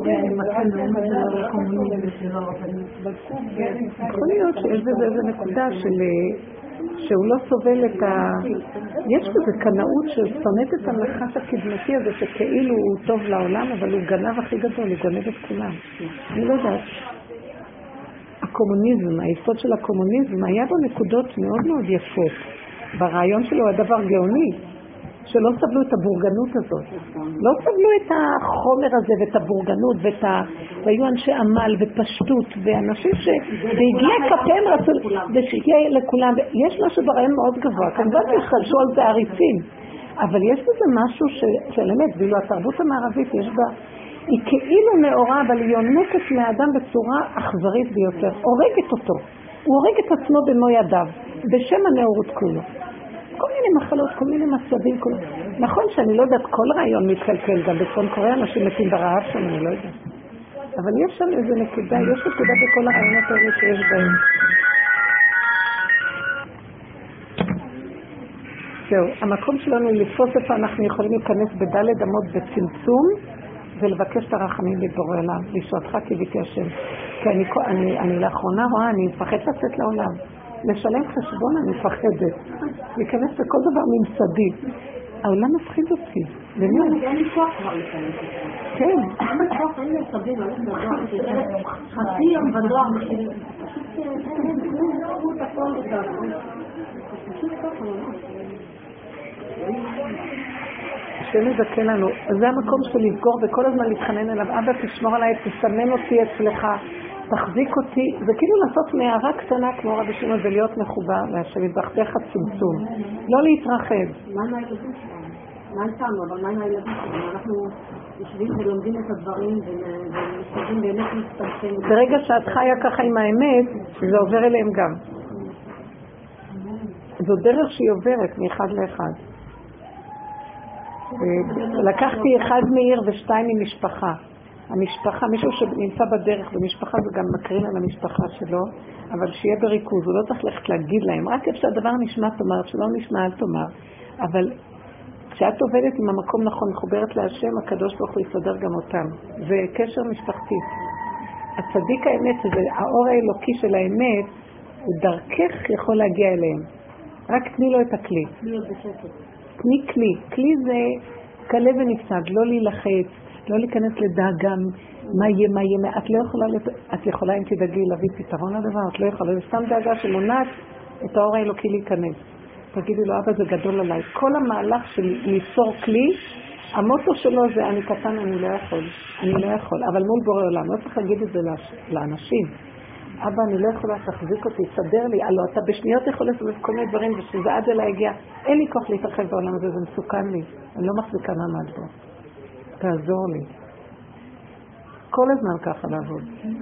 יכול להיות שיש בזה איזו נקודה של... שהוא לא סובל את ה... יש בזה קנאות ששונאת את הנחש הקדמתי הזה שכאילו הוא טוב לעולם, אבל הוא גנב הכי גדול, הוא גנב את כולם. אני לא יודעת. הקומוניזם, היסוד של הקומוניזם, היה בו נקודות מאוד מאוד יפות. ברעיון שלו הדבר גאוני, שלא סבלו את הבורגנות הזאת. לא סבלו את החומר הזה ואת הבורגנות ואת ה... והיו אנשי עמל ופשטות ואנשים שבהגיע כפיהם רצו ושיהיה לכולם. יש משהו ברעיון מאוד גבוה. כמובן שחלשו על זה עריצים. אבל יש בזה משהו של אמת, ואילו התרבות המערבית יש בה... היא כאילו נאורה, אבל היא יונקת מהאדם בצורה אכזרית ביותר. הורגת אותו. הוא הורג את עצמו במו ידיו, בשם הנאורות כולו. כל מיני מחלות, כל מיני מצבים, כל... נכון שאני לא יודעת, כל רעיון מתקלקל, גם בצפון קוריאה אנשים מתים ברעב שם, אני לא יודעת. אבל יש שם איזה נקודה, יש נקודה בכל הרעיונות האלה שיש בהם. זהו, המקום שלנו היא לתפוס איפה אנחנו יכולים להיכנס בדלת אמות בצמצום, ולבקש את הרחמים לבורא עליו, לישועתך קיוויתי השם. כי אני, אני, אני לאחרונה רואה, אני מפחד לצאת לעולם. לשלם חשבון אני מפחדת. להיכנס לכל דבר ממסדי. העולם מפחיד אותי. אין לי כוח כבר להיכנס. כן. אין לי כוח, אין לי מסדים, אני מדבר. חצי יום בדואר בשביל... פשוט אין לי כלום, את הכל את פשוט ככה ממש. השם יזכה לנו. זה המקום של לסגור וכל הזמן להתחנן אליו. אבא תשמור עליי, תסמן אותי אצלך. תחזיק אותי, זה כאילו לעשות מערה קטנה כמו רבי שמעון ולהיות מחובר להשם יתברך דרך הצמצום, לא להתרחב. מה עם הילדים שלנו? מה איתנו? אבל מה עם הילדים שלנו? אנחנו יושבים ולומדים את הדברים ומשתדלים באמת להצטמצם. ברגע שאת חיה ככה עם האמת, זה עובר אליהם גם. זו דרך שהיא עוברת מאחד לאחד. לקחתי אחד מעיר ושתיים ממשפחה. המשפחה, מישהו שנמצא בדרך במשפחה זה גם מקרין על המשפחה שלו, אבל שיהיה בריכוז, הוא לא צריך ללכת להגיד להם, רק איפה שהדבר נשמע תאמר, שלא נשמע אל תאמר. אבל כשאת עובדת עם המקום נכון, מחוברת להשם, הקדוש ברוך הוא יסדר גם אותם. זה קשר משפחתי. הצדיק האמת, שזה האור האלוקי של האמת, הוא דרכך יכול להגיע אליהם. רק תני לו את הכלי. תני כלי. כלי זה קלה ונפסד, לא להילחץ. לא להיכנס לדאגה, מה יהיה, מה יהיה, את לא יכולה, את יכולה אם תדאגי להביא פתרון לדבר, את לא יכולה, זה סתם דאגה שמונעת את האור האלוקי להיכנס. תגידי לו, אבא זה גדול עליי. כל המהלך של ליצור כלי, המוטו שלו זה אני קטן, אני לא יכול, אני לא יכול, אבל מול בורא עולם, לא צריך להגיד את זה לאנשים. אבא, אני לא יכולה להחזיק אותי, סדר לי, הלוא אתה בשניות יכול לסובב כל מיני דברים, ושזה עד אליי הגיע, אין לי כוח להתרחב בעולם הזה, זה מסוכן לי, אני לא מחזיקה מעמד בו. תעזור לי. כל הזמן ככה לעבוד.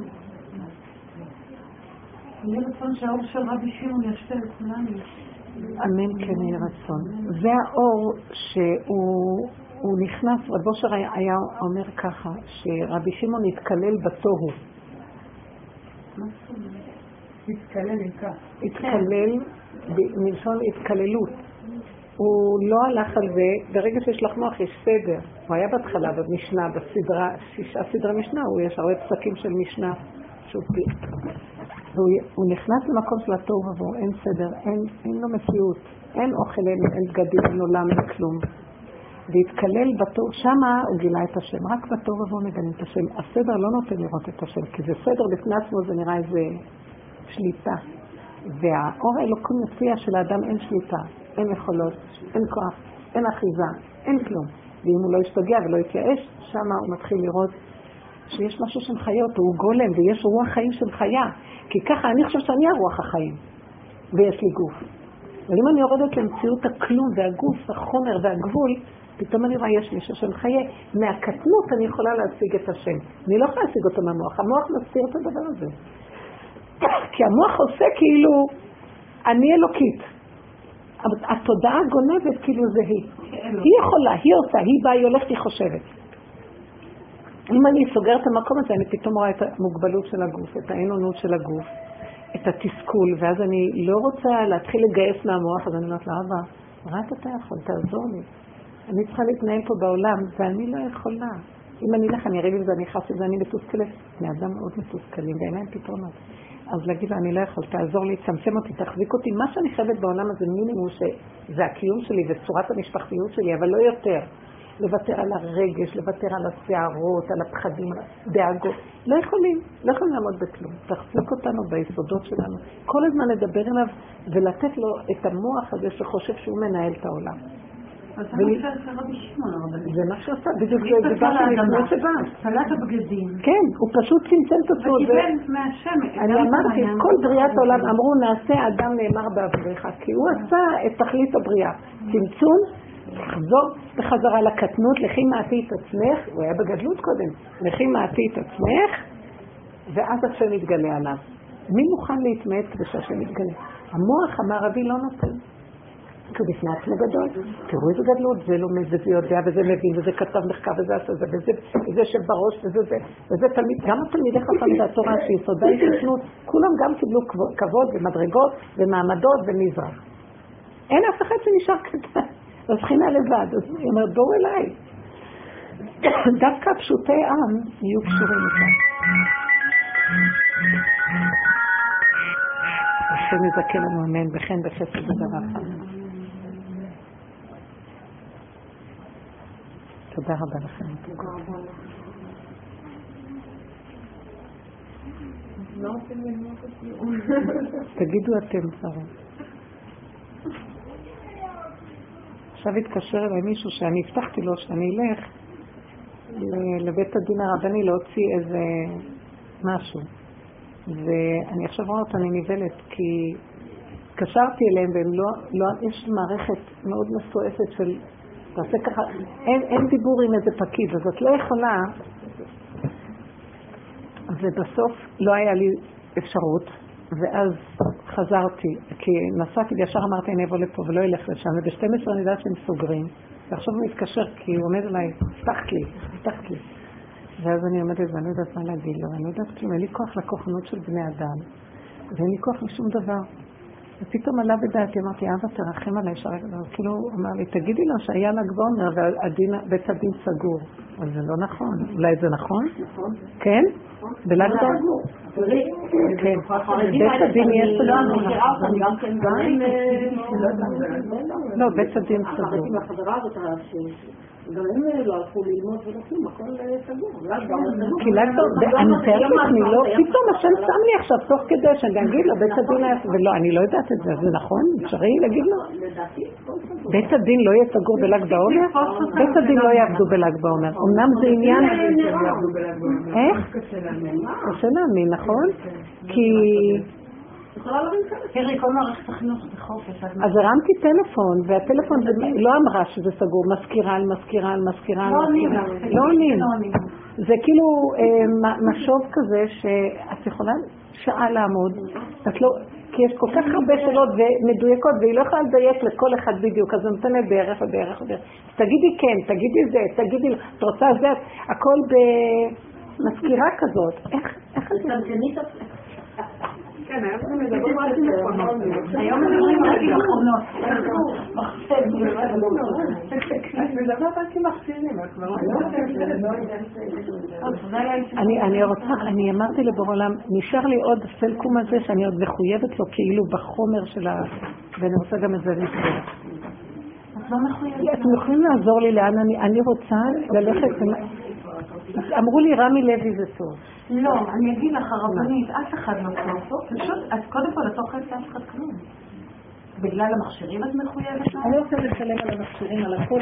יהיה רצון שהאור של רבי שמעון ישתה לכולנו. אמן כן יהיה רצון. זה האור שהוא נכנס, רב אושר היה אומר ככה, שרבי שמעון התקלל בתוהו. התקלל איתה. התקלל, מלשון התקללות. הוא לא הלך על זה, ברגע שיש לך מוח יש סדר. הוא היה בהתחלה במשנה, בסדרה, שישה סדרה משנה, הוא יש הרבה פסקים של משנה, שהוא פי. והוא נכנס למקום של התוהו ובוהו, אין סדר, אין, אין לו מציאות, אין אוכל, אין, אין בגדים, אין עולם, אין כלום. והתקלל בתוהו, שמה הוא גילה את השם, רק בתוהו ובוהו מגנים את השם. הסדר לא נותן לראות את השם, כי זה סדר בפני עצמו, זה נראה איזה שליטה. והאור האלוקי מציע שלאדם אין שליטה. אין יכולות, אין כוח, אין אחיזה, אין כלום. ואם הוא לא ישתגע ולא יתייאש, שם הוא מתחיל לראות שיש משהו שמחיה אותו, הוא גולם, ויש רוח חיים של חיה. כי ככה אני חושב שאני הרוח החיים, ויש לי גוף. אבל אם אני יורדת למציאות הכלום והגוף, החומר והגבול, פתאום אני רואה יש מישהו שמחיה. מהקטנות אני יכולה להשיג את השם. אני לא יכולה להשיג אותו מהמוח. המוח מסתיר את הדבר הזה. כי המוח עושה כאילו, אני אלוקית. התודעה גונבת כאילו זה היא. היא יכולה, היא עושה, היא באה, היא הולכת, היא חושבת. אם אני סוגר את המקום הזה, אני פתאום רואה את המוגבלות של הגוף, את האינונות של הגוף, את התסכול, ואז אני לא רוצה להתחיל לגייס מהמוח, אז אני אומרת לה, אבא, רק אתה יכול, תעזור לי. אני צריכה להתנהל פה בעולם, ואני לא יכולה. אם אני לך, אני אראה לי וזה, אני חס לזה, אני מתוסכלת. בני אדם מאוד מתוסכלים, ואין להם פתרונות. אז להגיד לה, אני לא יכול, תעזור לי, תצמצם אותי, תחזיק אותי. מה שאני חייבת בעולם הזה מינימום שזה הקיום שלי וצורת המשפחתיות שלי, אבל לא יותר. לוותר על הרגש, לוותר על השערות, על הפחדים, על הדאגות. לא יכולים, לא יכולים לעמוד בכלום. תחזיק אותנו ביסודות שלנו. כל הזמן לדבר אליו ולתת לו את המוח הזה שחושב שהוא מנהל את העולם. אז זה מה שעשה רבי שמעון הרבנית. זה מה שעשה, בדיוק זה דיברתי לפני שבא. צלת הבגדים. כן, הוא פשוט צמצם את עצמו. וקיבל מהשם. אני אמרתי, כל בריאת העולם אמרו נעשה אדם נאמר בעבורך, כי הוא עשה את תכלית הבריאה. צמצום, לחזור בחזרה לקטנות, לכי מעטי את עצמך, הוא היה בגדלות קודם, לכי מעטי את עצמך, ואז השם יתגלה עליו. מי מוכן להתמעט כדי שהשם יתגלה? המוח המערבי לא נותן. כי הוא בפני עצמו גדול. תראו איזה גדלות, זה לומד וזה יודע וזה מבין וזה כתב מחקר וזה עשה זה וזה, וזה שבראש וזה זה, וזה תלמיד, גם התלמידי חכמים והתורה שיסודה התקנות, כולם גם קיבלו כבוד ומדרגות ומעמדות ומזרח. אין אף אחד שנשאר קטן. אז בחינה לבד, אז היא אומרת, בואו אליי. דווקא פשוטי עם יהיו קשורים איתם. השם יזכה לנו אמן, וכן בחסד ודבר. תודה רבה לכם. תגידו אתם שרים. עכשיו התקשר אליי מישהו שאני הבטחתי לו שאני אלך לבית הדין הרבני להוציא איזה משהו. ואני עכשיו רואה אותה, אני ניבלת, כי התקשרתי אליהם והם לא, לא, יש מערכת מאוד מסועפת של, תעשה ככה, אין, אין דיבור עם איזה פקיד, אז את לא יכולה, ובסוף לא היה לי אפשרות, ואז חזרתי, כי נסעתי וישר אמרתי אני אבוא לפה ולא אלך לשם, וב-שתים עשרה אני יודעת שהם סוגרים, ועכשיו הוא מתקשר כי הוא עומד אליי, פתחת לי, פתחת לי. ואז אני עומדת ואני לא יודעת מה להגיד לו, אני לא יודעת כלום, אין לי כוח לכוחנות של בני אדם, ואין לי כוח לשום דבר. ופתאום עלה בדעתי, אמרתי, אבא תרחם עליי, כאילו הוא אמר לי, תגידי לו שהיה ל"ג בעומר ובית הדין סגור. אבל זה לא נכון, אולי זה נכון? נכון. כן? בל"ג בעומר? כן. בית הדין יש לנו. לא, בית הדין סגור. גם הם לא הלכו ללמוד ולכלום, הכל סגור. כי ל"ג בעומר, אני מתארת לעצמי, לא, פתאום השם שם לי עכשיו תוך כדי שאני אגיד לו, בית הדין היה, ולא, אני לא יודעת את זה, זה נכון? אפשרי להגיד לו? בית הדין לא יהיה סגור בל"ג בעומר? בית הדין לא יעבדו בל"ג בעומר. אמנם זה עניין... איך? קשה להאמין, נכון? כי... תראי, כל מערכת החינוך זה חופש. אז הרמתי טלפון, והטלפון לא אמרה שזה סגור, מזכירה על מזכירה על מזכירה על מזכירה. לא עונים. זה כאילו משוב כזה שאת יכולה שעה לעמוד, כי יש כל כך הרבה שאלות ומדויקות, והיא לא יכולה לדייק לכל אחד בדיוק, אז נותנת בערך ובערך ובערך. תגידי כן, תגידי זה, תגידי, את רוצה זה, הכל במזכירה כזאת. איך את זה? כן, היום אנחנו מדברים רק עם מכונות. היום מדברים רק עם מכונות. אני מדברת רק עם מחשבים, את כבר אני רוצה, אני אמרתי לבורא עולם, נשאר לי עוד סלקום הזה שאני עוד מחויבת לו כאילו בחומר של ה... ואני רוצה גם את זה לסגור. את לא מחויבת. אתם יכולים לעזור לי לאן אני רוצה ללכת... אמרו לי רמי לוי זה טוב. לא, אני אגיד לך הרבנית, אף אחד לא טוב. פשוט, אז קודם כל את אוכלת אף אחד כלום. בגלל המכשירים את מחויבת? אני רוצה לשלם על המכשירים, על הכל.